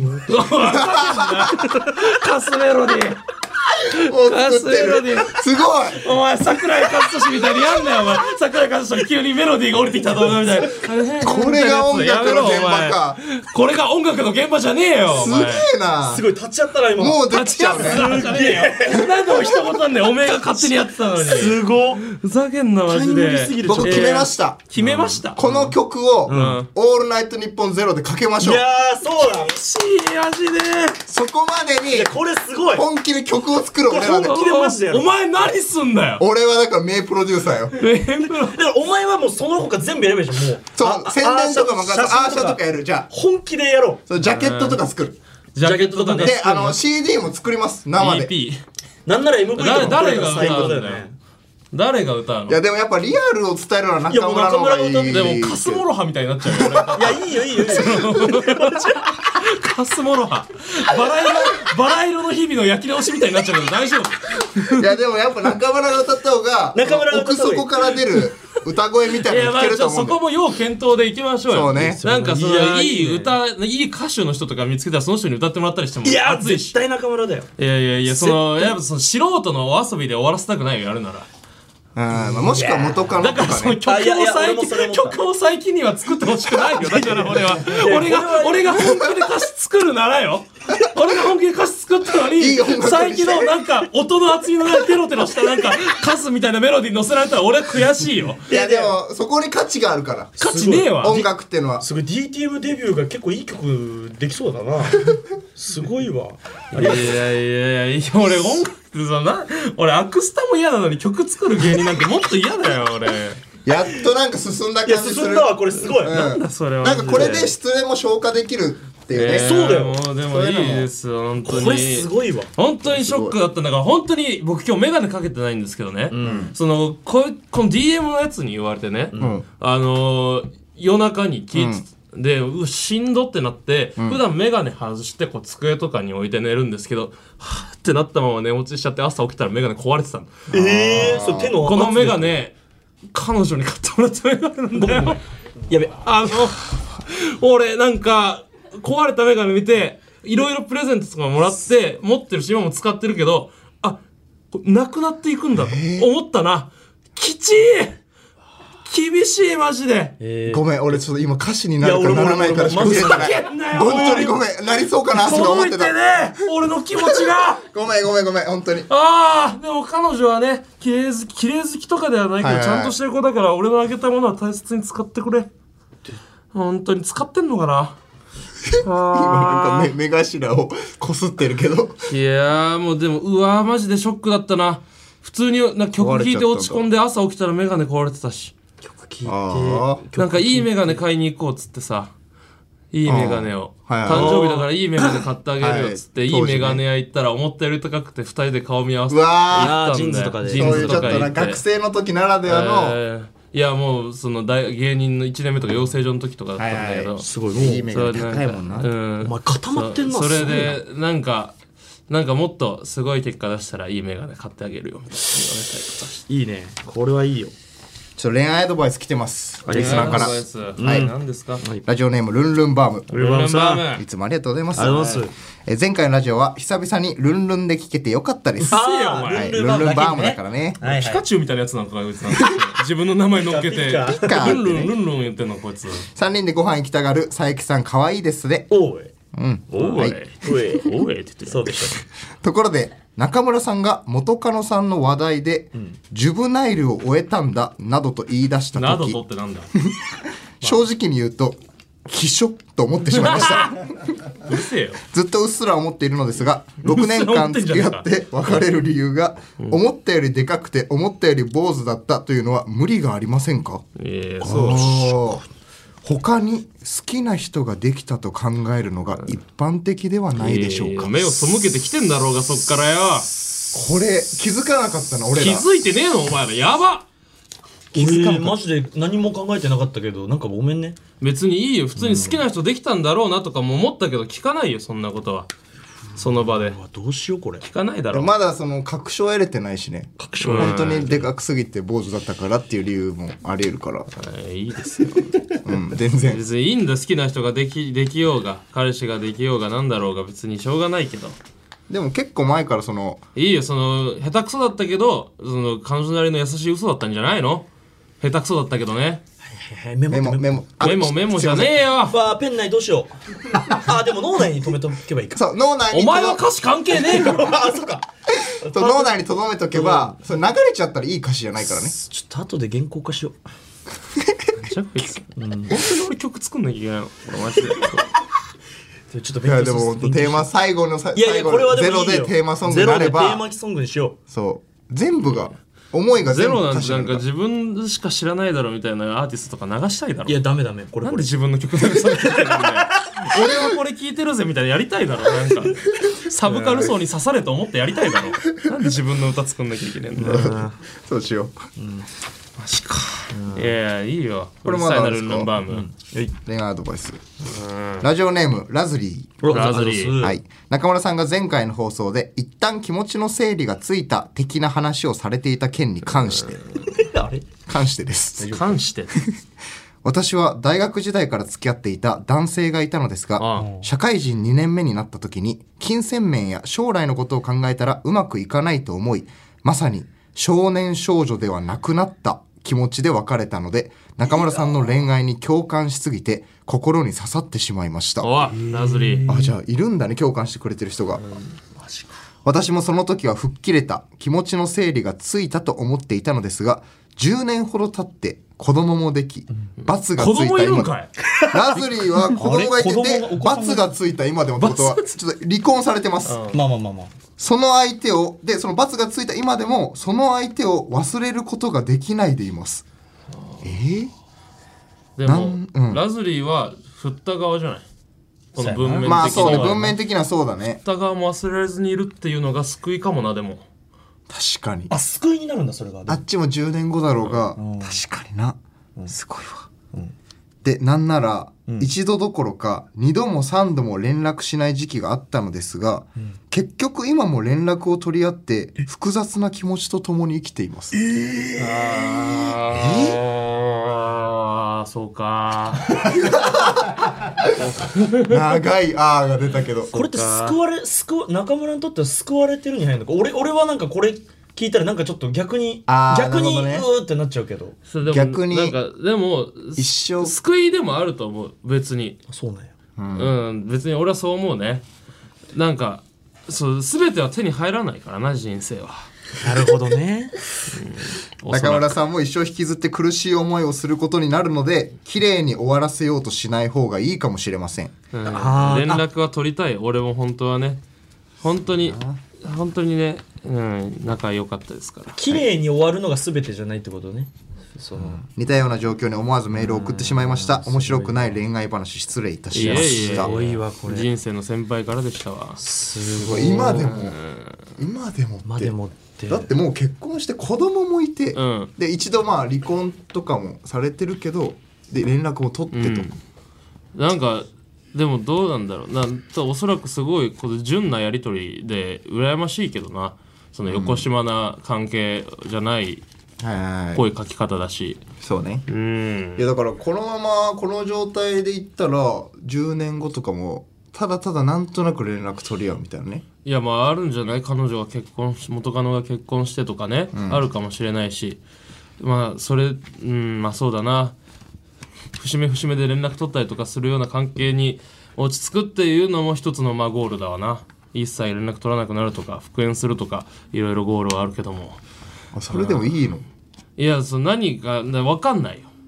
カスメロディカスメロディすごい。 お前桜井和寿みたいにやんなよお前。桜井和寿に急にメロディーが降りてきた動画みたいな。 これが音楽の現場か。 これが音楽の現場じゃねえよ。 すげえな。 すごい立ち会ったら今もう立ちちゃうね。 なんでも一言なんだよ。おめえが勝手にやってたのに。 すごっ。 ふざけんなマジで。 僕決めました。 決めました。 この曲をオールナイトニッポンゼロでかけましょう。 いやーそうだ。 厳しいマジで。 そこまでにこれすごい。 本気で曲を作る俺はね。 お前何すんだよ。 俺はだから名プロデューサーよ。 だからお前はもうその他全部やればいいじゃん。もうそう宣伝とかもアーシャとかやる。じゃあ本気でやろう。ジャケットとか作る。 ジャケットとかね。 でCD も作ります生で。 なんなら MV とか誰が歌うんだよね。誰が歌うの。 いやでもやっぱリアルを伝えるのは中村の方がいい。 でもカスモロハみたいになっちゃうよ。 いやいいよいいよ。 カスモロハバラ色の日々の焼き直しみたいになっちゃうけど大丈夫。 いやでもやっぱ中村が歌った方が奥底から出る歌声みたいなの聞けると思うんで。 そこも要検討でいきましょうよ。 そうね。 なんかそのいい歌手の人とか見つけたらその人に歌ってもらったりしても。 いや絶対中村だよ。 いややっぱその素人のお遊びで終わらせたくないよやるなら。 もしくは元カノとかね。 だからその曲を最近には作ってほしくないよ。だから俺が本気で歌詞作るならよ。俺が本気で歌詞作ったのに最近のなんか音の厚みのないテロテロしたなんかカスみたいなメロディー乗せられたら俺は悔しいよ。 いやでもそこに価値があるから。 価値ねえわ。 音楽ってのはすごい DTM デビューが結構いい曲できそうだな。すごいわ。 いや俺音楽って俺アクスタも嫌なのに曲作る芸人なんてもっと嫌だよ俺。 やっとなんか進んだ感じする。 進んだわこれすごい。 なんだそれは。 なんかこれで失恋も消化できるっていうね。 そうだよ。 でもいいです本当に。 これすごいわ。 本当にショックだったんだから本当に僕今日メガネかけてないんですけどね。そのこの DM のやつに言われてね。夜中に聞いて。でしんどってなって、普段メガネ外してこう机とかに置いて寝るんですけどはぁってなったまま寝落ちしちゃって朝起きたらメガネ壊れてたの。 そう手のこのメガネ彼女に買ってもらったメガネなんだよ。 やべ俺なんか壊れたメガネ見ていろいろプレゼントとかもらって持ってるし今も使ってるけどなくなっていくんだと思ったな。きちい厳しいマジで。 ごめん俺ちょっと今歌詞になるかならないからしか見えてない。本当にごめんなりそうかなとか思ってた。 届いてね俺の気持ちが。 ごめん本当に。 でも彼女はね綺麗好きとかではないけどちゃんとしてる子だから俺のあげたものは大切に使ってくれ。本当に使ってんのかな。 今なんか目頭をこすってるけど。 いやもうでもマジでショックだったな。普通に曲聴いて落ち込んで朝起きたらメガネ壊れてたし。なんかいいメガネ買いに行こうっつってさいいメガネを誕生日だからいいメガネ買ってあげるよっつっていいメガネ屋行ったら思ったより高くて2人で顔見合わせて行ったんだよ。 ジーンズとかでそういうちょっとな学生の時ならではのいやもうその芸人の1年目とか養成所の時とかだったんだけどすごいいいメガネ高いもんな。 お前固まってんな。 それでなんかもっとすごい結果出したらいいメガネ買ってあげるよみたいな言われたりとかして。 いいねこれはいいよ。 ちょっと恋愛アドバイス来てます。リスナーから。 はい何ですか。 ラジオネームルンルンバーム。 ルンルンバームいつもありがとうございます。 ありがとうございます。 前回のラジオは久々にルンルンで聞けてよかったです。ルンルンバームだからね。 ピカチュウみたいなやつなんかこいつ自分の名前乗っけてルンルン言ってんのこいつ。 3人でご飯行きたがる佐伯さん可愛いですね。 おいおいって言ってる。 そうでしょ。 ところで中村さんが元カノさんの話題で、ジュブナイルを終えたんだなどと言い出した時などとってなんだ正直に言うときしょと思ってしまいましたうるせえよ。 ずっとうっすら思っているのですが6年間付き合って別れる理由が思ったよりでかくて思ったより坊主だったというのは無理がありませんか。他に好きな人ができたと考えるのが一般的ではないでしょうか。 目を背けてきてんだろうがそっからよ。 これ気づかなかったな俺ら。 気づいてねえのお前らやば。 俺マジで何も考えてなかったけどなんかごめんね。 別にいいよ、普通に好きな人できたんだろうなとかも思ったけど聞かないよ、そんなことは。その場でどうしようこれ。 聞かないだろう。 まだその確証得れてないしね。本当にでかくすぎて坊主だったからっていう理由もあり得るから。 いいですよ。 全然別にいいんだ、好きな人ができようが彼氏ができようがなんだろうが別にしょうがないけど。 でも結構前からそのいいよ、その下手くそだったけどその彼女なりの優しい嘘だったんじゃないの。下手くそだったけどね。 メメモメモじゃねえよ。 わあペン内どうしよう。あでも脳内に留めとけばいいか。 そう脳内にお前は歌詞関係ねえからあそっか。 そう脳内に留めとけば、それ流れちゃったらいい歌詞じゃないからね。 ちょっと後で原稿化しよう。 じゃあこいつ、本当に俺曲作んなきゃいけないのこれマジで。 ちょっといやでも本当テーマ最後のいやいやこれはでもいいよ。 ゼロでテーマソングになればゼロでテーマソングにしよう。 そう全部が思いがゼ全部ロなんてなんか歌詞になる自分しか知らないだろみたいなアーティストとか流したいだろ。 いやダメこれなんで自分の曲流さなきゃいけないんだよ。俺はこれ聴いてるぜみたいなやりたいだろ。なんかサブカル層に刺されと思ってやりたいだろ。なんで自分の歌作んなきゃいけないんだよ。 そうしよう。 マジか。いやいいよ。 これまだあるんですかルンバーム。 恋愛アドバイス。ラジオネームラズリラズリー。はい。中村さんが前回の放送で一旦気持ちの整理がついた的な話をされていた件に関してあれ関してです。 関して。 私は大学時代から付き合っていた男性がいたのですが、社会人2年目になった時に金銭面や将来のことを考えたらうまくいかないと思い、まさに少年少女ではなくなった気持ちで別れたので、中村さんの恋愛に共感しすぎて心に刺さってしまいました。 おラズリー。 あ、じゃあいるんだね、共感してくれてる人が。私もその時は吹っ切れた気持ちの整理がついたと思っていたのですが、10年ほど経って子供もでき、罰がついた子供いるんかい。 ラズリーは子供がいてあれて子供がお子さんが罰がついた今でもってことはちょっと離婚されてます。 まあその相手をでその罰がついた今でもその相手を忘れることができないでいます。 でも、ラズリーは振った側じゃない。この文面的には。 まあそうね、文面的にはそうだね。 振った側も忘れられずにいるっていうのが救いかもな。でも確かにあ救いになるんだそれが。 あっちも10年後だろうが、確かにな、すごいわ。でなんなら、一度どころか2度も3度も連絡しない時期があったのですが、結局今も連絡を取り合って複雑な気持ちとともに生きています。 そうか。 長いあーが出たけど、 これって中村にとっては救われてるに入るのか。俺はなんかこれ聞いたらなんかちょっと逆になるほどねうーってなっちゃうけど。 それでも逆になんかでも一生救いでもあると思う。別にそうなんや。 別に俺はそう思うね。なんかそう全ては手に入らないからな、人生は。 なるほどね。 中村さんも一生引きずって苦しい思いをすることになるので、綺麗に終わらせようとしない方がいいかもしれません。 連絡は取りたい。俺も本当はね、本当にね、仲良かったですから。 綺麗に終わるのが全てじゃないってことね。 似たような状況に思わずメールを送ってしまいました。面白くない恋愛話失礼いたしました。 すごいわこれ。 人生の先輩からでしたわ。 すごい。 今でもってだってもう結婚して子供もいて、で一度まあ離婚とかもされてるけど、で連絡も取ってと、 なんかでもどうなんだろうな。おそらくすごいこの純なやり取りで羨ましいけどな。その横島な関係じゃない声書き方だし。 そうね。いやだからこのままこの状態でいったら10年後とかもただただなんとなく連絡取り合うみたいなね。 いやまああるんじゃない。彼女が元カノが結婚してとかね、あるかもしれないし、まあそれまあそうだな。節目節目で連絡取ったりとかするような関係に落ち着くっていうのも一つのまあゴールだわな。一切連絡取らなくなるとか復縁するとかいろいろゴールはあるけども。 それでもいいの？ いや何か分かんないよ。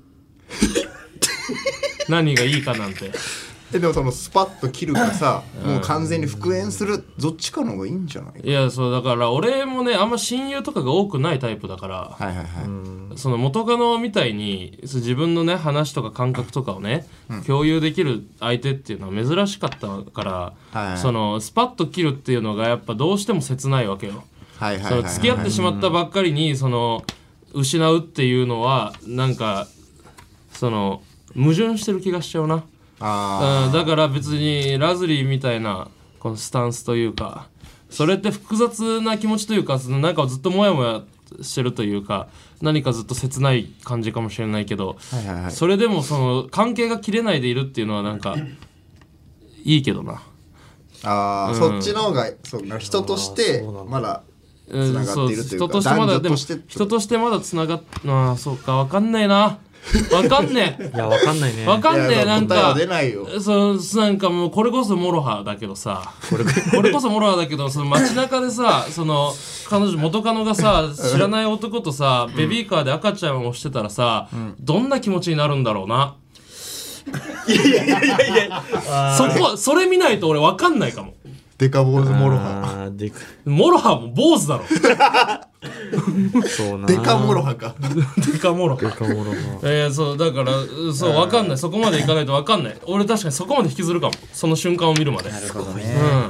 何がいいかなんて。 でもそのスパッと切るかさ、もう完全に復縁するどっちかの方がいいんじゃない？ いやそうだから俺もねあんま親友とかが多くないタイプだから、その元カノみたいに自分のね話とか感覚とかをね、共有できる相手っていうのは珍しかったから、そのスパッと切るっていうのがやっぱどうしても切ないわけよ。その付き合ってしまったばっかりにその失うっていうのはなんかその矛盾してる気がしちゃうな。だから別にラズリーみたいなこのスタンスというか、それって複雑な気持ちというか、そのなんかずっとモヤモヤしてるというか、何かずっと切ない感じかもしれないけど、それでもその関係が切れないでいるっていうのはなんかいいけどな。 そっちの方がそう人としてまだつながっているというか、 人としてまだつながっそうか、分かんないな。分かんねえ。 いや分かんないね。 分かんねえ。なんかなんかもうこれこそモロハだけどさ、これこそモロハだけど、その街中でさ、その彼女元カノがさ、知らない男とさ、ベビーカーで赤ちゃんをしてたらさ、どんな気持ちになるんだろうな。 いやそれ見ないと俺分かんないかも。 デカ坊主モロハ。 モロハも坊主だろ。 そうな。 デカモロハか。 デカモロハ。そうだからそう分かんない。そこまでいかないと分かんない。俺確かにそこまで引きずるかも。その瞬間を見るまで。なるほどね。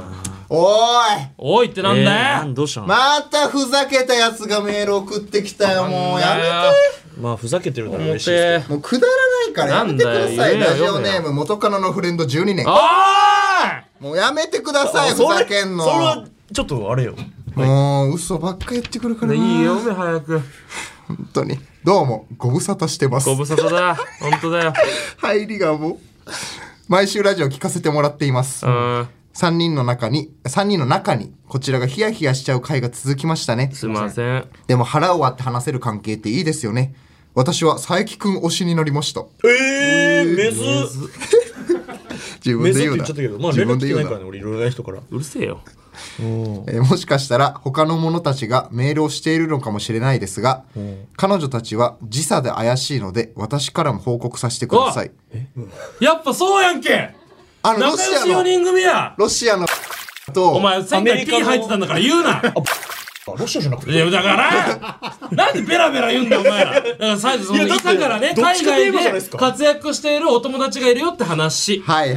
おいってなんだよ。 どうしたの？ またふざけたやつがメール送ってきたよ。もうやめて。 まあふざけてるなら嬉しいですけど。 もうくだらないからやめてください。ラジオネーム元カノのフレンド12年。もうやめてください、ふざけんの。 それはちょっとあれよ。 もう嘘ばっか言ってくるからな。 いいよ目早く。 本当にどうもご無沙汰してます。 ご無沙汰だ。本当だよ。 入りがもう毎週ラジオ聞かせてもらっています。3人の中にこちらがヒヤヒヤしちゃう回が続きましたね。 すいません。 でも腹を割って話せる関係っていいですよね。私は佐伯くん推しになりました。 めず自分で言うな。 めずって言っちゃったけど、まあ連絡来てないからね、俺いろいろな人から。 うるせえよ。 もしかしたら他の者たちがメールをしているのかもしれないですが、彼女たちは時差で怪しいので私からも報告させてください。 やっぱそうやんけ。仲良し4人組や。 ロシアのとお前前回 P 入ってたんだから言うな。 ロシアじゃなくて。 いやだからなんでベラベラ言うんだよお前ら。だから最初いたからね、海外で活躍しているお友達がいるよって話。 はい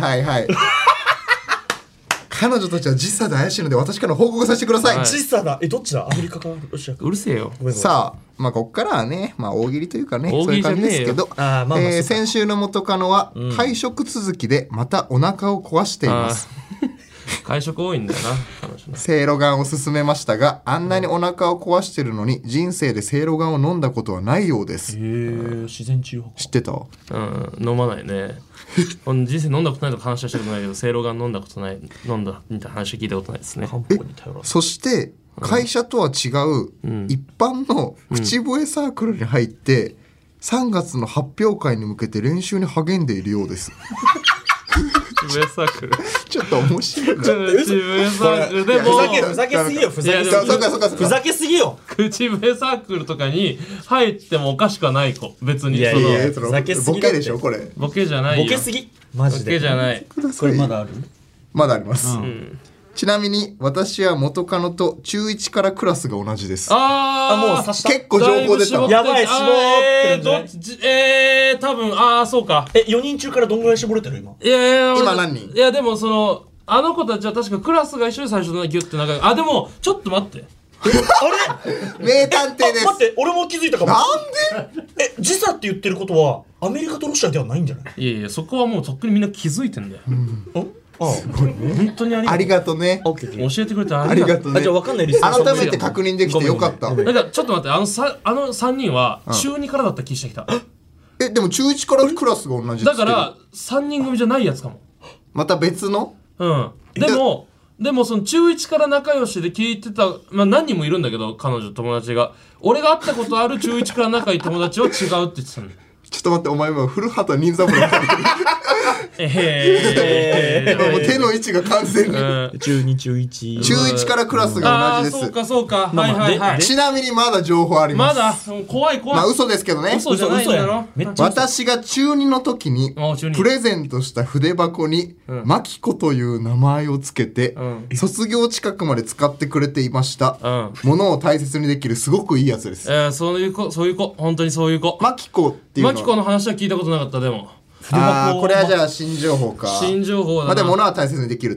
彼女たちは時差で怪しいので私から報告させてください。 時差だ。どっちだ？アメリカかロシアか。 うるせえよ。 さあこっからはね大喜利というかね、そういう感じですけど、先週の元カノは会食続きでまたお腹を壊しています。 会食多いんだよな彼女。 せいろがんを勧めましたが、あんなにお腹を壊してるのに人生でせいろがんを飲んだことはないようです。 自然治療法知ってた？ 飲まないね。人生飲んだことないとか話はしたことないけど、せいろがん飲んだことない、飲んだみたいな話は聞いたことないですね。 そして会社とは違う一般の口笛サークルに入って3月の発表会に向けて練習に励んでいるようです。 口笛サークルちょっと面白い。 口笛サークルでもふざけすぎよ。ふざけすぎよ。 口笛サークルとかに入ってもおかしくはない子。別にそのふざけすぎボケでしょこれ。 ボケじゃないよ。 ボケすぎマジで。 ボケじゃない。 これまだある？ まだあります。ちなみに私は元カノと中1からクラスが同じです。 もう刺した。 結構情報出た。 やばい、絞ってるんじゃない？ 多分そうか。 4人中からどんぐらい絞れてる今？ 今何人？ いやでもそのあの子たちは確かクラスが一緒に最初のギュッて仲良い。でもちょっと待って。 あれ？ 名探偵です。 待って、俺も気づいたかも。 なんで？ 時差って言ってることはアメリカとロシアではないんじゃない？ いやそこはもうとっくにみんな気づいてんだよ。本当にありがとうね。 教えてくれてありがとうね。 じゃあ分かんないリスナー改めて確認できてよかった。 なんかちょっと待って、あの3人は中2からだった気してきた。 でも中1からクラスが同じだから3人組じゃないやつかも。 また別の？ でもその中1から仲良しで聞いてた、何人もいるんだけど彼女友達が、俺が会ったことある中1から仲いい友達は違うって言ってたの。 ちょっと待って、お前今古畑任三郎みたいな。もう手の位置が完全に。 中2中1 中1からクラスが同じです。 そうかはい。 ちなみにまだ情報あります。 まだ怖い。 嘘ですけどね。 嘘じゃないんだろ。 私が中2の時にプレゼントした筆箱にマキコという名前をつけて卒業近くまで使ってくれていました。物を大切にできるすごくいいやつです。 そういう子本当にそういう子。 マキコっていうのはマキコの話は聞いたことなかった。でもこれはじゃあ新情報か。 新情報だな。 でも物は大切にできると。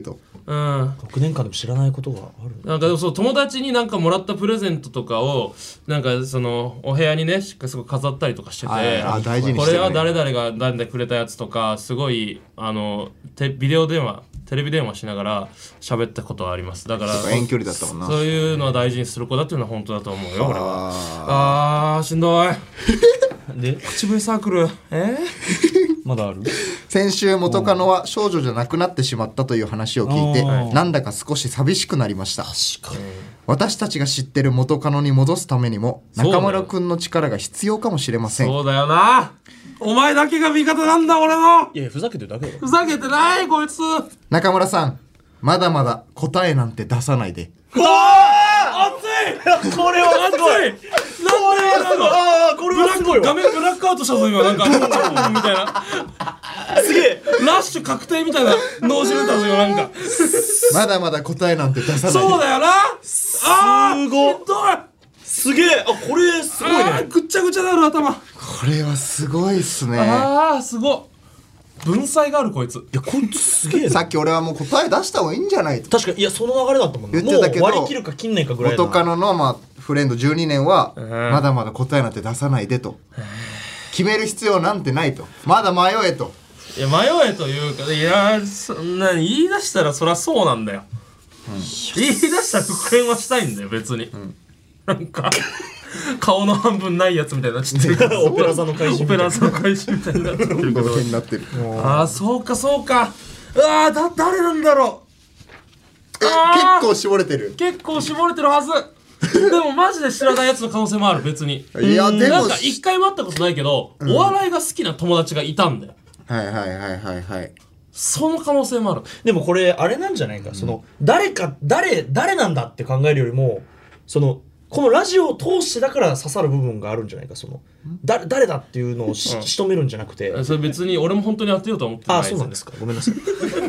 6年間でも知らないことがある。 なんかそう友達になんかもらったプレゼントとかをなんかそのお部屋にねすごい飾ったりとかしてて、 大事にしてるね。 これは誰々がなんでくれたやつとかすごいテレビ電話しながら喋ったことはあります。だから遠距離だったもんな。 そういうのは大事にする子だっていうのは本当だと思うよ俺は。しんどい。 で口笛サークルまだある？ 先週元カノは少女じゃなくなってしまったという話を聞いてなんだか少し寂しくなりました。 確かに。 私たちが知ってる元カノに戻すためにも中村くんの力が必要かもしれません。 そうだよな。お前だけが味方なんだ俺の。 いやふざけてるだけだよ。 ふざけてないこいつ。 中村さんまだまだ答えなんて出さないで。 熱い。 これはすごい。これはすごいわ。 画面ブラックアウトしたぞ今なんかみたいな。 すげえ。 ラッシュ確定みたいな脳汁出たぞ今なんか。 まだまだ答えなんて出さないで。 そうだよな。 すごい。すげえ。これすごいね。 ぐっちゃぐちゃなる頭。 これはすごいっすね。 すごい。文才があるこいつ。 いやこいつすげえ。 さっき俺はもう答え出した方がいいんじゃないと。 確かに。いやその流れだったもんね。 言ってたけどもう割り切るか切んないかぐらいだ。 元カノのフレンド12年はまだまだ答えなんて出さないでと。決める必要なんてないと。まだ迷えと。 いや迷えというか、いやそんな言い出したらそりゃそうなんだよ、言い出したら復縁はしたいんだよ別に、なんか顔の半分ないやつみたいなちっちゃいオペラ座の怪人みたいな。 オペラ座の怪人みたいになってるけど毛になってる。 そうかそうか。誰なんだろう。 結構絞れてる。 結構絞れてるはず。でもマジで知らないやつの可能性もある別に。 いやでもなんか一回も会ったことないけど、お笑いが好きな友達がいたんだよ。 はいその可能性もある。 でもこれあれなんじゃないか、その誰なんだって考えるよりも、そのこのラジオを通してだから刺さる部分があるんじゃないか。その誰だっていうのを仕留めるんじゃなくて、 それ別に俺も本当に当てようとは思ってない。 そうなんですか。ごめんなさい。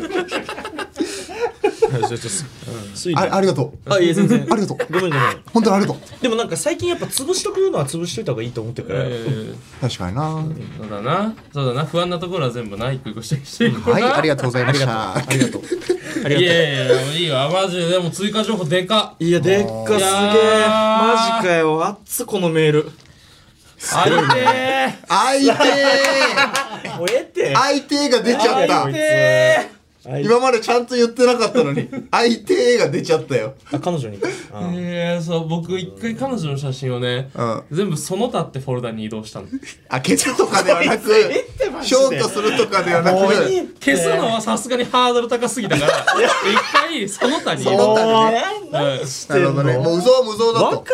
ありがとう。 いや全然ありがとう。 ごめん。 本当にありがとう。 でもなんか最近やっぱ潰しとくのは潰しといた方がいいと思ってるから。 確かにな。 そうだな不安なところは全部ないってしていく。 はい、ありがとうございました。 ありがとう。 いやいいわマジで。でも追加情報でか。 いやでっかすげえ。マジかよ。あっつこのメール。 相手が出ちゃった。今までちゃんと言ってなかったのに相手が出ちゃったよ。 彼女に。 そう僕一回彼女の写真をね、全部その他ってフォルダに移動したの。 消すとかではなくショートするとかではなく消すのはさすがにハードル高すぎたから一回その他に。 その他にね。なるほどね。もう無造だと。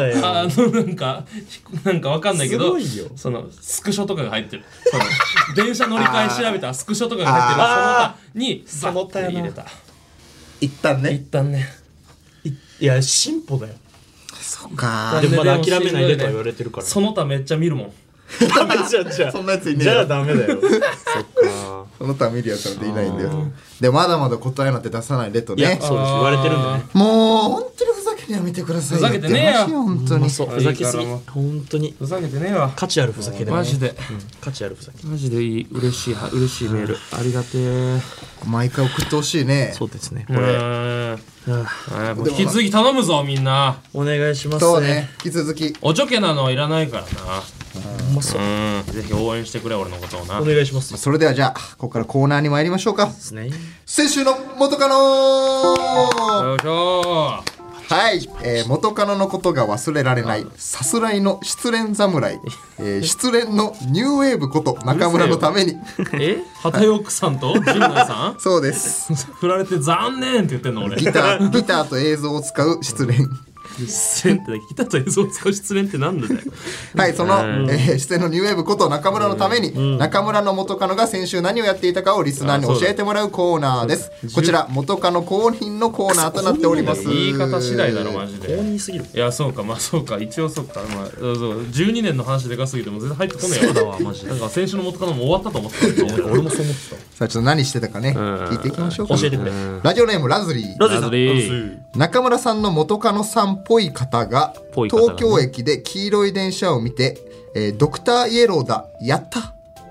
そうなんかわかんないけどそのスクショとかが入ってる。電車乗り換え調べたらスクショとかが入ってるその他にその他入れた。 一旦ね。 いや進歩だよ。 そっか。 でもまだ諦めないでとは言われてるから。 その他めっちゃ見るもん。 じゃあそんなやついねえじゃあダメだよ。そっか。 その他見るやつなんていないんだよ。でまだまだ答えなんて出さないでとね。 そうです言われてるんだね。 もう本当にふざけてやめてくださいよ。 ふざけてねえよ本当に。 ふざけすぎ。本当にふざけてねえわ。 価値あるふざけだね。 マジで価値あるふざけ。 マジでいい。嬉しいメールありがてえ。 毎回送ってほしいね。 そうですね。これ引き続き頼むぞみんな。 お願いします。 そうね。引き続きおちょけなのはいらないからな。 ぜひ応援してくれ俺のことをな。 お願いします。 それではじゃあここからコーナーに参りましょうか。 ですね。 先週の元カノ。 よいしょ。 はい、元カノのことが忘れられないさすらいの失恋侍、失恋のニューウェーブこと中村のために畑奥さんと陣内さんそうです振られて残念って言ってんの俺。 ギターと映像を使う失恋失恋ってギターと映像を使う失恋ってなんだよ。 はいその、失恋のニューウェーブこと中村のために、中村の元カノが先週何をやっていたかをリスナーに教えてもらうコーナーです。こちら元カノ公認のコーナーとなっております。 言い方次第だろマジで。 公認すぎる。 いやそうかそうか一応そうか12年の話でかすぎても全然入ってこねえよ。そうだわマジで。なんか先週の元カノも終わったと思ってたけど俺もそう思ってた。 さあちょっと何してたかね聞いていきましょうか。 教えてくれ。 ラジオネームラズリー。中村さんの元カノさんっぽい方が東京駅で黄色い電車を見て、ドクターイエローだやった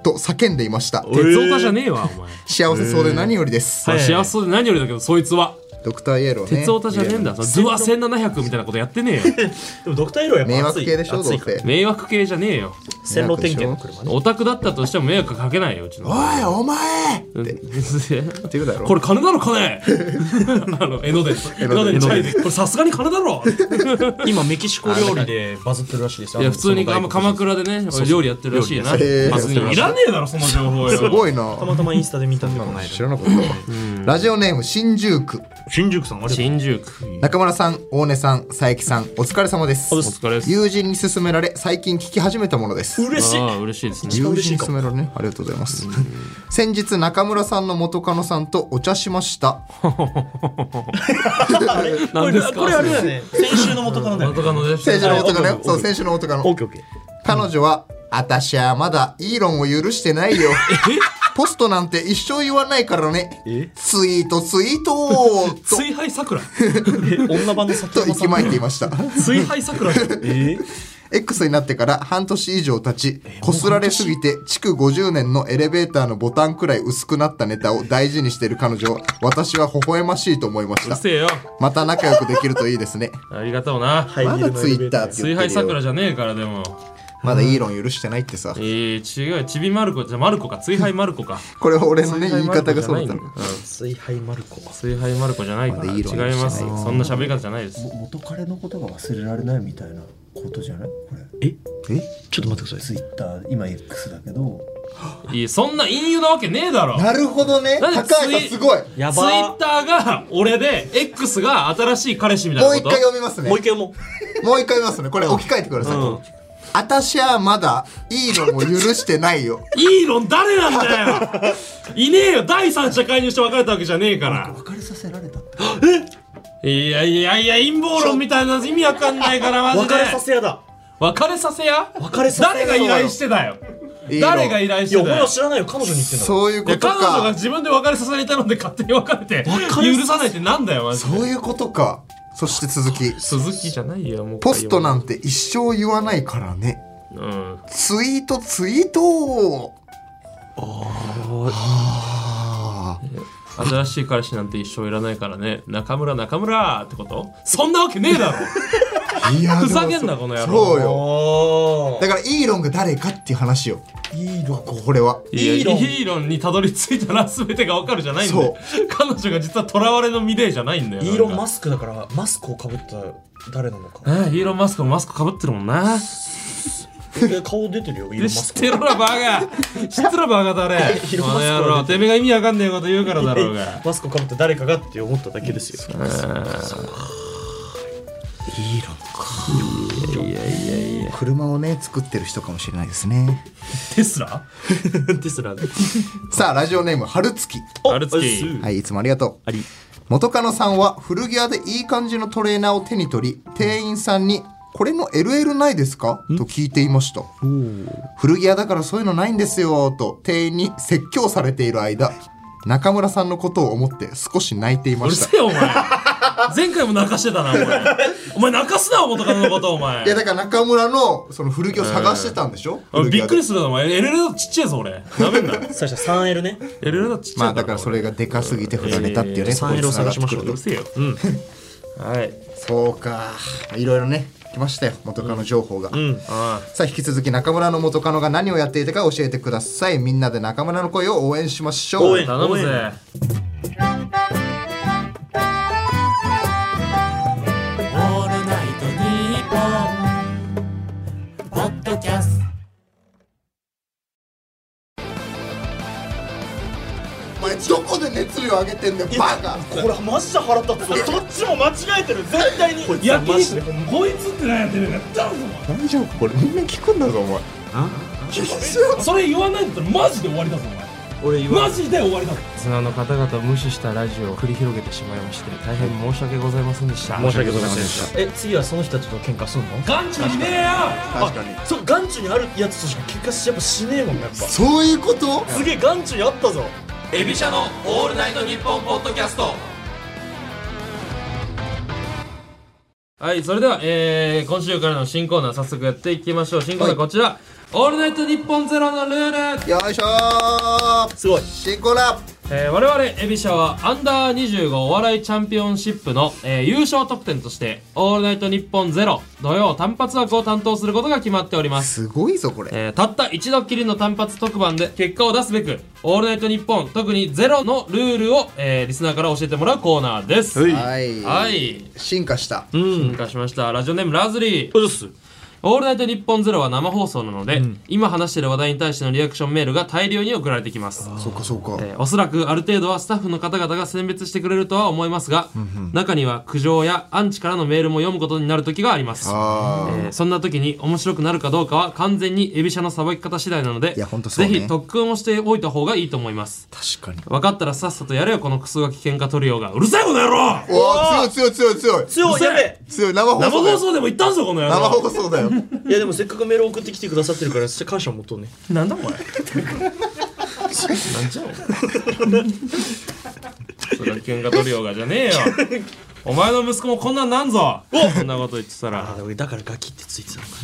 と叫んでいました。 鉄オタじゃねえわお前。 幸せそうで何よりです。 幸せそうで何よりだけど、そいつはドクターイエローね。 鉄オタじゃねえんだ。ドゥア1700みたいなことやってねえよ。 でもドクターイエローやっぱ迷惑系でしょ、どうせ。 迷惑系じゃねえよ。 線路点検の車ね。 オタクだったとしても迷惑かけないよ、うちの。 おいお前って言うだろ。 これ金だろ金。江ノ電チャイで、これさすがに金だろ。 今メキシコ料理でバズってるらしいですよ。 いや普通に鎌倉でね料理やってるらしいな。別にいらねえだろその情報よ。 すごいな。 たまたまインスタで見たんで知らなかったわ。ラジオネーム新宿区。 新宿さん、あれ新宿中村さん、大根さん、佐伯さん、お疲れ様です。 お疲れです。 友人に勧められ最近聞き始めたものです。 嬉しい。 嬉しいですね。 友人に勧められね、ありがとうございます。先日中村さんの元カノさんとお茶しました。 何ですか。 これあれだよね。先週の元カノだよ。 元カノで先週の元カノよ。そう、先週の元カノ。 オッケーオッケー。 彼女は私はまだイーロンを許してないよ。ポストなんて一生言わないからね。ツイート追廃桜女版のと息巻いていました。 追廃桜 X になってから半年以上経ち、こすられすぎて築50年のエレベーターのボタンくらい薄くなったネタを大事にしている彼女を私は微笑ましいと思いました。 うるせえよ。 また仲良くできるといいですね。 ありがとうな。 まだツイッターって追言ってるよ。 廃桜じゃねえから。でもまだイーロン許してないってさ。 違う、ちびまる子じゃマルコか。追廃マルコか。 これは俺のね言い方がそうだったの。 追廃マルコ。 追廃マルコじゃないから。違います。そんな喋り方じゃないです。 元彼のことが忘れられないみたいなことじゃないこれ。 ちょっと待ってください。 ツイッター今 X だけど。 いやそんな隠喩なわけねえだろ。 なるほどね。高橋さんすごい。 ツイッターが俺で X が新しい彼氏みたいなこと。 もう一回読みますね。 もう一回読もう。もう一回読みますね。これ置き換えてください。私はまだイーロンを許してないよ。 イーロン誰なんだよ。いねえよ。第三者介入して別れたわけじゃねえから。 別れさせられた。 いや陰謀論みたいな意味わかんないからマジで。 別れさせ屋だ。 別れさせ屋？ 別れさせ屋。 誰が依頼してたよ。誰が依頼してたよ。 いや俺は知らないよ。彼女に言ってんだ。 そういうことか。 彼女が自分で別れさせられたので勝手に別れて許さないってなんだよマジで。 そういうことか。そして続きじゃないよ。もうポストなんて一生言わないからね。ツイート新しい彼氏なんて一生いらないからね。中村ってこと？そんなわけねえだろ。 いやふざけんなこの野郎。 そうよ。だからイーロンが誰かっていう話よ。イーロンこれはイーロンにたどり着いたら全てが分かるじゃないんだよ。彼女が実は囚われの身でじゃないんだよ。 イーロンマスクだからマスクをかぶった誰なのか。 イーロンマスクもマスクかぶってるもんな。 顔出てるよ。イーロンマスク。 知ってろバカ。知ってろバカ誰。この野郎てめえが意味わかんねえこと言うからだろうが。 マスクをかぶって誰かがって思っただけですよ。 イーロンか。いや車をね作ってる人かもしれないですね。 テスラさあラジオネーム春月。はい、いつもありがとう。元カノさんは古着屋でいい感じのトレーナーを手に取り、店員さんにこれの LL ないですかと聞いていました。古着屋だからそういうのないんですよと店員に説教されている間、中村さんのことを思って少し泣いていました。 うるせえよお前。前回も泣かしてたなお前泣かすな元カノのことお前。 いやだから中村のその古着を探してたんでしょ。 びっくりするなお前。 LL だとちっちゃいぞ俺。なめんな。 最初 3L ね。 LL だとちっちゃい。 まあだからそれがでかすぎて振られたっていうね。 3L を探しましょう。 うるせえよ。はい。 そうか。いろいろね来ましたよ元カノ情報が。さあ引き続き中村の元カノが何をやっていたか教えてください。みんなで中村の声を応援しましょう。 頼むぜ。 お前どこで熱量上げてんだよバカ。 これマジで腹立つぞ。そっちも間違えてる絶対に。 焼肉こいつって何やってるかやったんぞ大丈夫これみんな聞くんだぞお前。 それ言わないんだったらマジで終わりだぞお前。マジで終わりだぞ。リスナーの方々を無視したラジオを繰り広げてしまいまして大変申し訳ございませんでした。 申し訳ございませんでした。次はその人たちと喧嘩すんの？ 眼中にねえよ。 確かにそう眼中にあるやつとしか喧嘩しやっぱしねえもんやっぱ。 そういうこと。 すげえ眼中にあったぞ。 エビシャのオールナイトニッポンポッドキャスト。はい、それでは、今週からの新コーナー早速やっていきましょう。新コーナーこちら、 オールナイトニッポンゼロのルール。 よいしょー。 すごい。 新コーナー。 我々エビシャはアンダー25お笑いチャンピオンシップの、優勝特典としてオールナイトニッポンゼロ土曜単発枠を担当することが決まっております。 すごいぞこれ。 たった一度きりの単発特番で結果を出すべくオールナイトニッポン特にゼロのルールを、リスナーから教えてもらうコーナーです。 はいはい進化した。 進化しました。ラジオネームラズリー。 そうです。 オールナイトニッポンゼロは生放送なので、今話している話題に対してのリアクションメールが大量に送られてきます。 そうかそうか。 おそらくある程度はスタッフの方々が選別してくれるとは思いますが、中には苦情やアンチからのメールも読むことになる時があります。そんな時に面白くなるかどうかは完全にエビシャのさばき方次第なので、 いやほんとそうねぜひ特訓をしておいた方がいいと思います。 確かに。 分かったらさっさとやれよこのクソガキ喧嘩トリオが。うるさいこの野郎。 おお強い強い強い強い強い、やべえ。 強い。生放生送だよ。 放送でも言ったんぞこの野生郎。 放送だよ。 いやでもせっかくメール送ってきてくださってるから感謝もとうね。 なんだお前なんじゃそれは喧嘩トリオがじゃねえよ。お前の息子もこんなんなんぞ。こんなこと言ってたら俺だからガキってついてたのか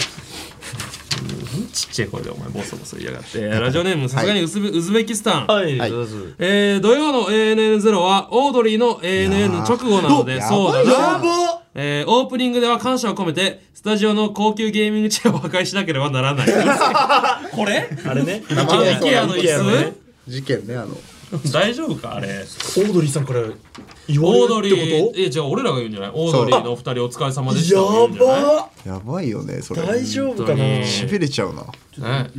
ちっちゃい声でお前ボソボソ言いやがって。ラジオネームさすがにウズベキスタン。 な。はい、 はいどうぞ。 土曜の ANN0 はオードリーの ANN 直後なので、そうだな。オープニングでは感謝を込めてスタジオの高級ゲーミングチェアを破壊しなければならない。これあれね。 生放送 IKEA の椅事件ね子大丈夫かあれ。 オードリーさんから言わオードリれるってこー、じゃあ俺らが言うんじゃない。オードリーのお二人お疲れ様でした。 と？やば。 やばいよねそれ。 大丈夫かな。 しびれちゃうな。 ね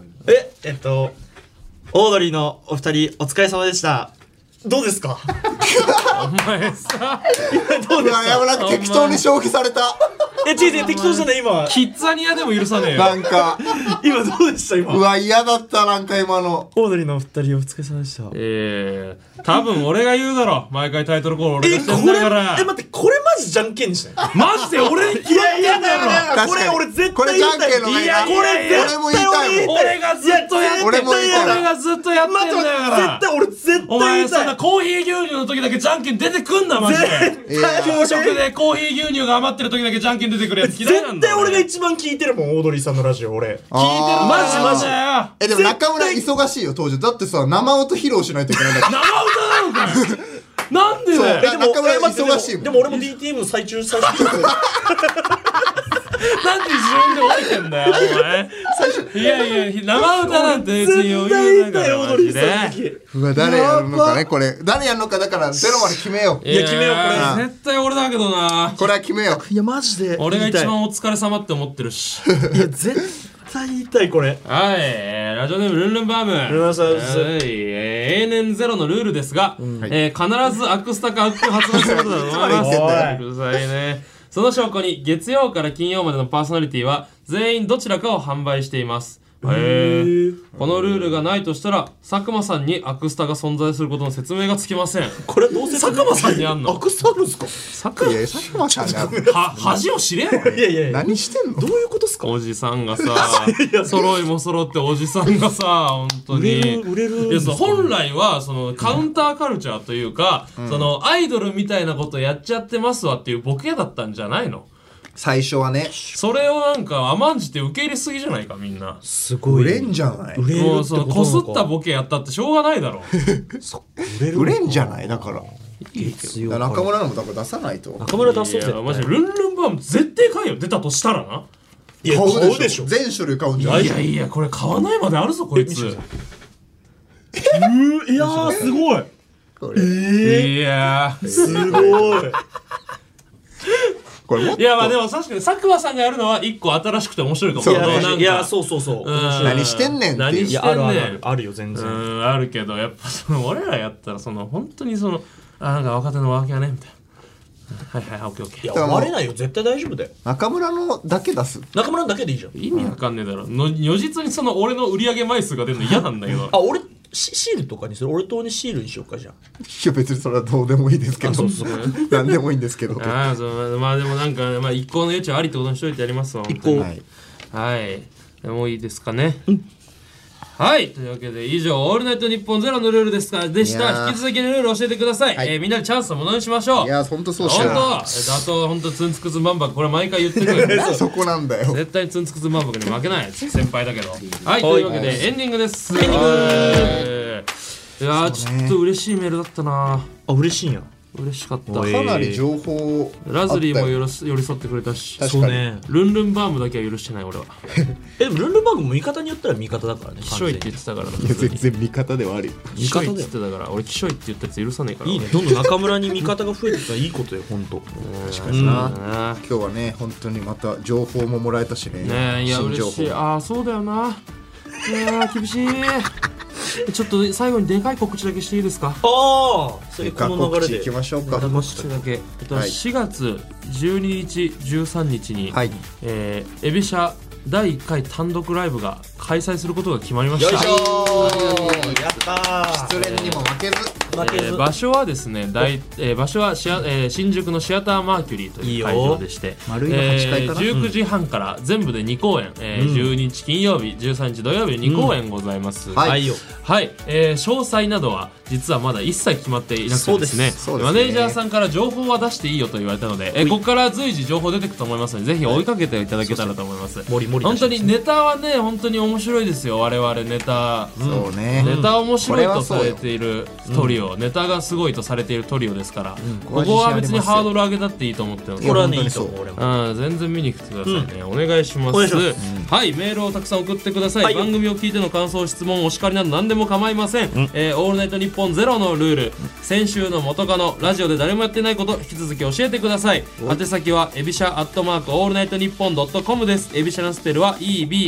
オードリーのお二人お疲れ様でした。どうですか？ お前さ、 いやなんか適当に消費された。 違う適当じゃない今。 キッザニアでも許さねえよ。 なんか今どうでした今？ うわ嫌だったなんか今の。 オードリーのお二人お疲れ様でした。 多分俺が言うだろ。毎回タイトルコール俺がしてんだから。 待ってこれマジじゃんけんにしない？ マジで俺に決まってんだよ。 これ俺絶これじゃん対言いたい。 けんのね。 いやこれ俺も言いたいもん。 俺がずっとやってんだよ。 俺も言いたい俺がずっとやってんだよだから。 絶お前そんなコーヒー牛乳の時だけじゃんけん出てくんなマジで。給食でコーヒー牛乳が余ってる時だけじゃんけん出てくるやつ嫌いなんだ。 絶対俺が一番聞いてるもん、オードリーさんのラジオ俺。 聞いてるマジだよ。 でも中村忙しいよ当時。だってさ生音披露しないといけないんだから。 生歌なのかよ。なんでだよ。 中村忙しいもん。 でも俺も DTM の最中最初なんで自分で降りてんだよお前。いやいや生歌なんて別に余裕だからマジで。 うわ誰やるのかねこれ。誰やるのかだからゼロまで決めよう。 いや決めようこれ絶対俺だけどな。 これは決めよう。 いやマジで俺が一番お疲れ様って思ってるし。 いや絶対言いたいこれ。 はい、ラジオネームルンルンバーム。 ルンバームです。 はい、ANN0 のルールですが、必ずアクスタかアクを発売することだと思います。うるさいね。その証拠に月曜から金曜までのパーソナリティは全員どちらかを販売しています。このルールがないとしたら佐久間さんにアクスタが存在することの説明がつきません。 これどうせ佐久間さんにあんのアクスタあるんすか？ 佐久いや佐久間さんが恥を知れよ。 いやいやいや何してんの。 どういうことっすか？ おじさんがさ揃いも揃っておじさんがさ本当に売れるいや本来はそのカウンターカルチャーというか、そのアイドルみたいなことやっちゃってますわっていうボケだったんじゃないの？ 最初はね。 それをなんか甘んじて受け入れすぎじゃないかみんな。 すごい売れんじゃない。 売れるもうってことそのこすったボケやったってしょうがないだろ。 売れんじゃないだから。 月曜中村のもだから出さないと。 中村出そういぜ。 やマジルンルンバーム絶対買えよ出たとしたらな。 いや買買うでしょ。 全種類買うんじゃない。 いやいやこれ買わないまであるぞこいつ。 いやーすごい。 これいやーすごい。 これもっといやまあでも確かに佐久間さんがやるのは一個新しくて面白いかも。 そうなんかいやそうそうそう。 何してんねんっていう。 何してんねん。 あるよ全然。 あるけどやっぱその俺らやったらその本当にそのなんか若手のワーキャーねみたいな。はいはいオッケーオッケいや割れないよ絶対大丈夫だよ。 中村のだけ出す。 中村だけでいいじゃん。 ー。意味わかんねえだろ。如実にその俺の売り上げ枚数が出るの嫌なんだけど。 あ俺シールとかにする。俺とにシールにしようかじゃん。 いや別にそれはどうでもいいですけど。何でもいいんですけど。 ああそうまあでもなんかまあ一向の余地はありってことにしといてやりますわ。 一向はい。 はい。もういいですかね。 はい、というわけで以上オールナイトニッポンゼロのルールでした。引き続きルール教えてください。みんなでチャンスをものにしましょう。 いや本当そうしよう。 あと本当ツンツクツンバンバク、これ毎回言ってるそこなんだよ。 絶対ツンツクツンバンバクに負けない先輩だけど。はい、というわけでエンディングです。エンディング。いやちょっと嬉しいメールだったな。 あ、嬉しいんや。 嬉しかった。 かなり情報ラズリーも寄り添ってくれたし、 そうね。 ルンルンバームだけは許してない俺は。 でもルンルンバームも味方によったら味方だからね。 キショイって言ってたからな。 全然味方ではあるよ。 キショイって言ってたから俺キショイって言ったやつ許さねえから。 いいね、どんどん中村に味方が増えてきたらいいことよ本当。 確かにな。今日はね本当にまた情報ももらえたしね。 ね、いや嬉しい。ああそうだよな。いや厳しい。ちょっと最後にでかい告知だけしていいですか。 ああ、それこの流れでいきましょうか。 告知だけ、4月12日13日に、エビシャ第1回単独ライブが開催することが決まりました。 よいしょー、やったー。 失恋にも負けず。 場所はですね、場所は新宿のシアターマーキュリーという会場でして、19時半から全部で2公演、12日金曜日13日土曜日2公演ございます。はい、詳細などは実はまだ一切決まっていなくてですね、マネージャーさんから情報は出していいよと言われたので、ここから随時情報出てくると思いますので、ぜひ追いかけていただけたらと思います。本当にネタはね本当に面白いですよ。我々ネタ面白いとされているトリオ、ネタがすごいとされているトリオですから、ここは別にハードル上げたっていいと思ってます。 これはねいいと思う俺も。 全然見に来てくださいね。お願いします。はい、メールをたくさん送ってください。番組を聞いての感想、質問、お叱りなど何でも構いません。オールナイトニッポンゼロのルール、先週の元カノ、ラジオで誰もやってないこと引き続き教えてください。宛先はエビシャ@オールナイトニッポン.com です。エビシャのスペルは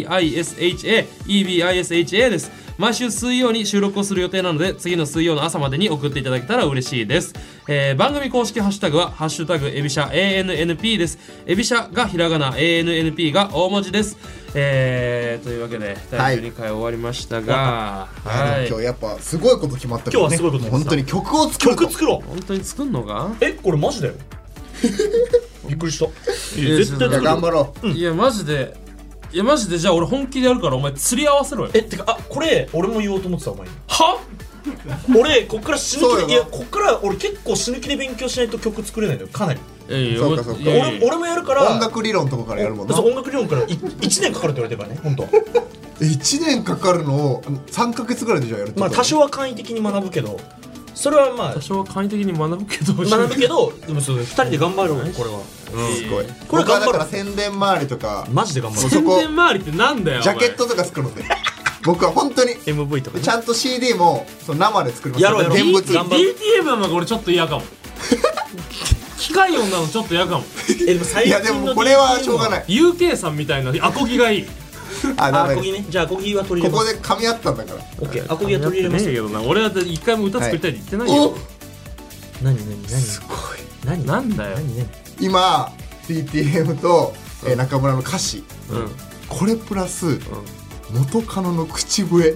EBISHA です。毎週水曜に収録をする予定なので、次の水曜の朝までに送っていただけたら嬉しいです。番組公式ハッシュタグはハッシュタグエビシャ ANNP です。エビシャがひらがな、ANNP が大文字です。というわけで第12回終わりましたが、 今日やっぱすごいこと決まったからね。 今日はすごいこと本当に曲を作ろう。 本当に作んのか。 これマジだよ。びっくりした。 絶対頑張ろう。いやマジでじゃあ俺本気でやるからお前釣り合わせろよ。 てかこれ俺も言おうと思ってた。お前は俺こっから死ぬ気で、こっから俺結構死ぬ気で勉強しないと曲作れないのよ、かなり。 そうか俺もやるから。 音楽理論とかからやるもんな。 音楽理論から1年かかるって言われてるからね本当。 1年かかるのを3ヶ月ぐらいでじゃあやるってこと。 多少は簡易的に学ぶけど、それは多少は簡易的に学ぶけどでもそう2人で頑張ろう。これはすごい。 これ頑張るから宣伝周りとかマジで頑張る。 宣伝周りってなんだよ。 ジャケットとか作るので僕は本当に MV とかちゃんと CD も生で作ります。 やろう現物 DTM なのが俺ちょっと嫌かも。機械音なのちょっと嫌かも。 いやでもこれはしょうがない。 UK さんみたいなアコギがいい。 アコギね。じゃあアコギは取り入れます。 ここで噛み合ったんだから。 オッケー、アコギは取り入れますけどな。俺は一回も歌作りたいって言ってないよ。 何すごい。 なんだよ。 今 DTM と中村の歌詞、これプラス元カノの口笛。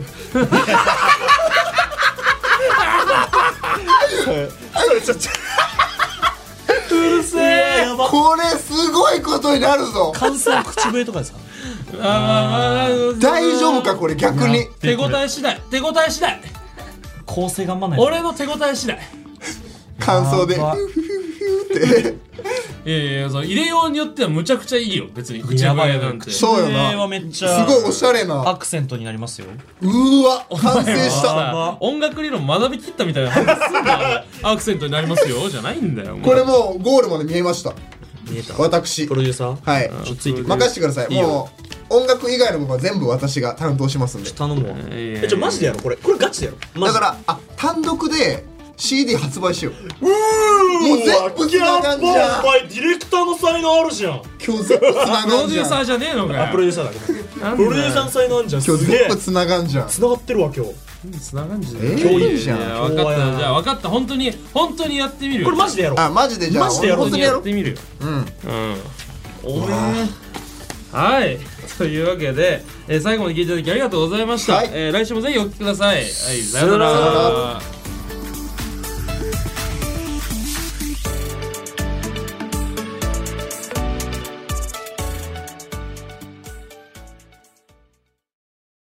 うるせえ。 これすごいことになるぞ。 感想口笛とかですか。 大丈夫かこれ。逆に手応え次第。 構成頑張んない。 俺の手応え次第。 感想でフフフフってそう入れようによってはむちゃくちゃいいよ。別に口笛なんて。 そうよな。 めっちゃすごいおしゃれなアクセントになりますよ。 わ完成した。 音楽理論学びきったみたいな話すんだ。アクセントになりますよじゃないんだよ。 これもうゴールまで見えました。 見えた。 私プロデューサー。 はい。任せてください。もう音楽以外の部分は全部私が担当しますんで。 頼むわ。マジでやろこれガチでやろ。 だから単独でCD 発売しよう。もう全部つながんじゃん。 お前ディレクターの才能あるじゃん。 今日全部つながんじゃん。 プロデューサーじゃねえのかよ。 プロデューサーだけど。プロデューサーの才能あるじゃん。 今日全部つながんじゃん。 つながってるわ今日。 つながんじゃん。 今日いいじゃん。 分かった。じゃあ分かった。本当にやってみるよ。 これマジでやろう。 マジでじゃあ本当にやってみるよ。はい。というわけで最後まで聞いていただきありがとうございました。来週もぜひお聞きください。さよなら。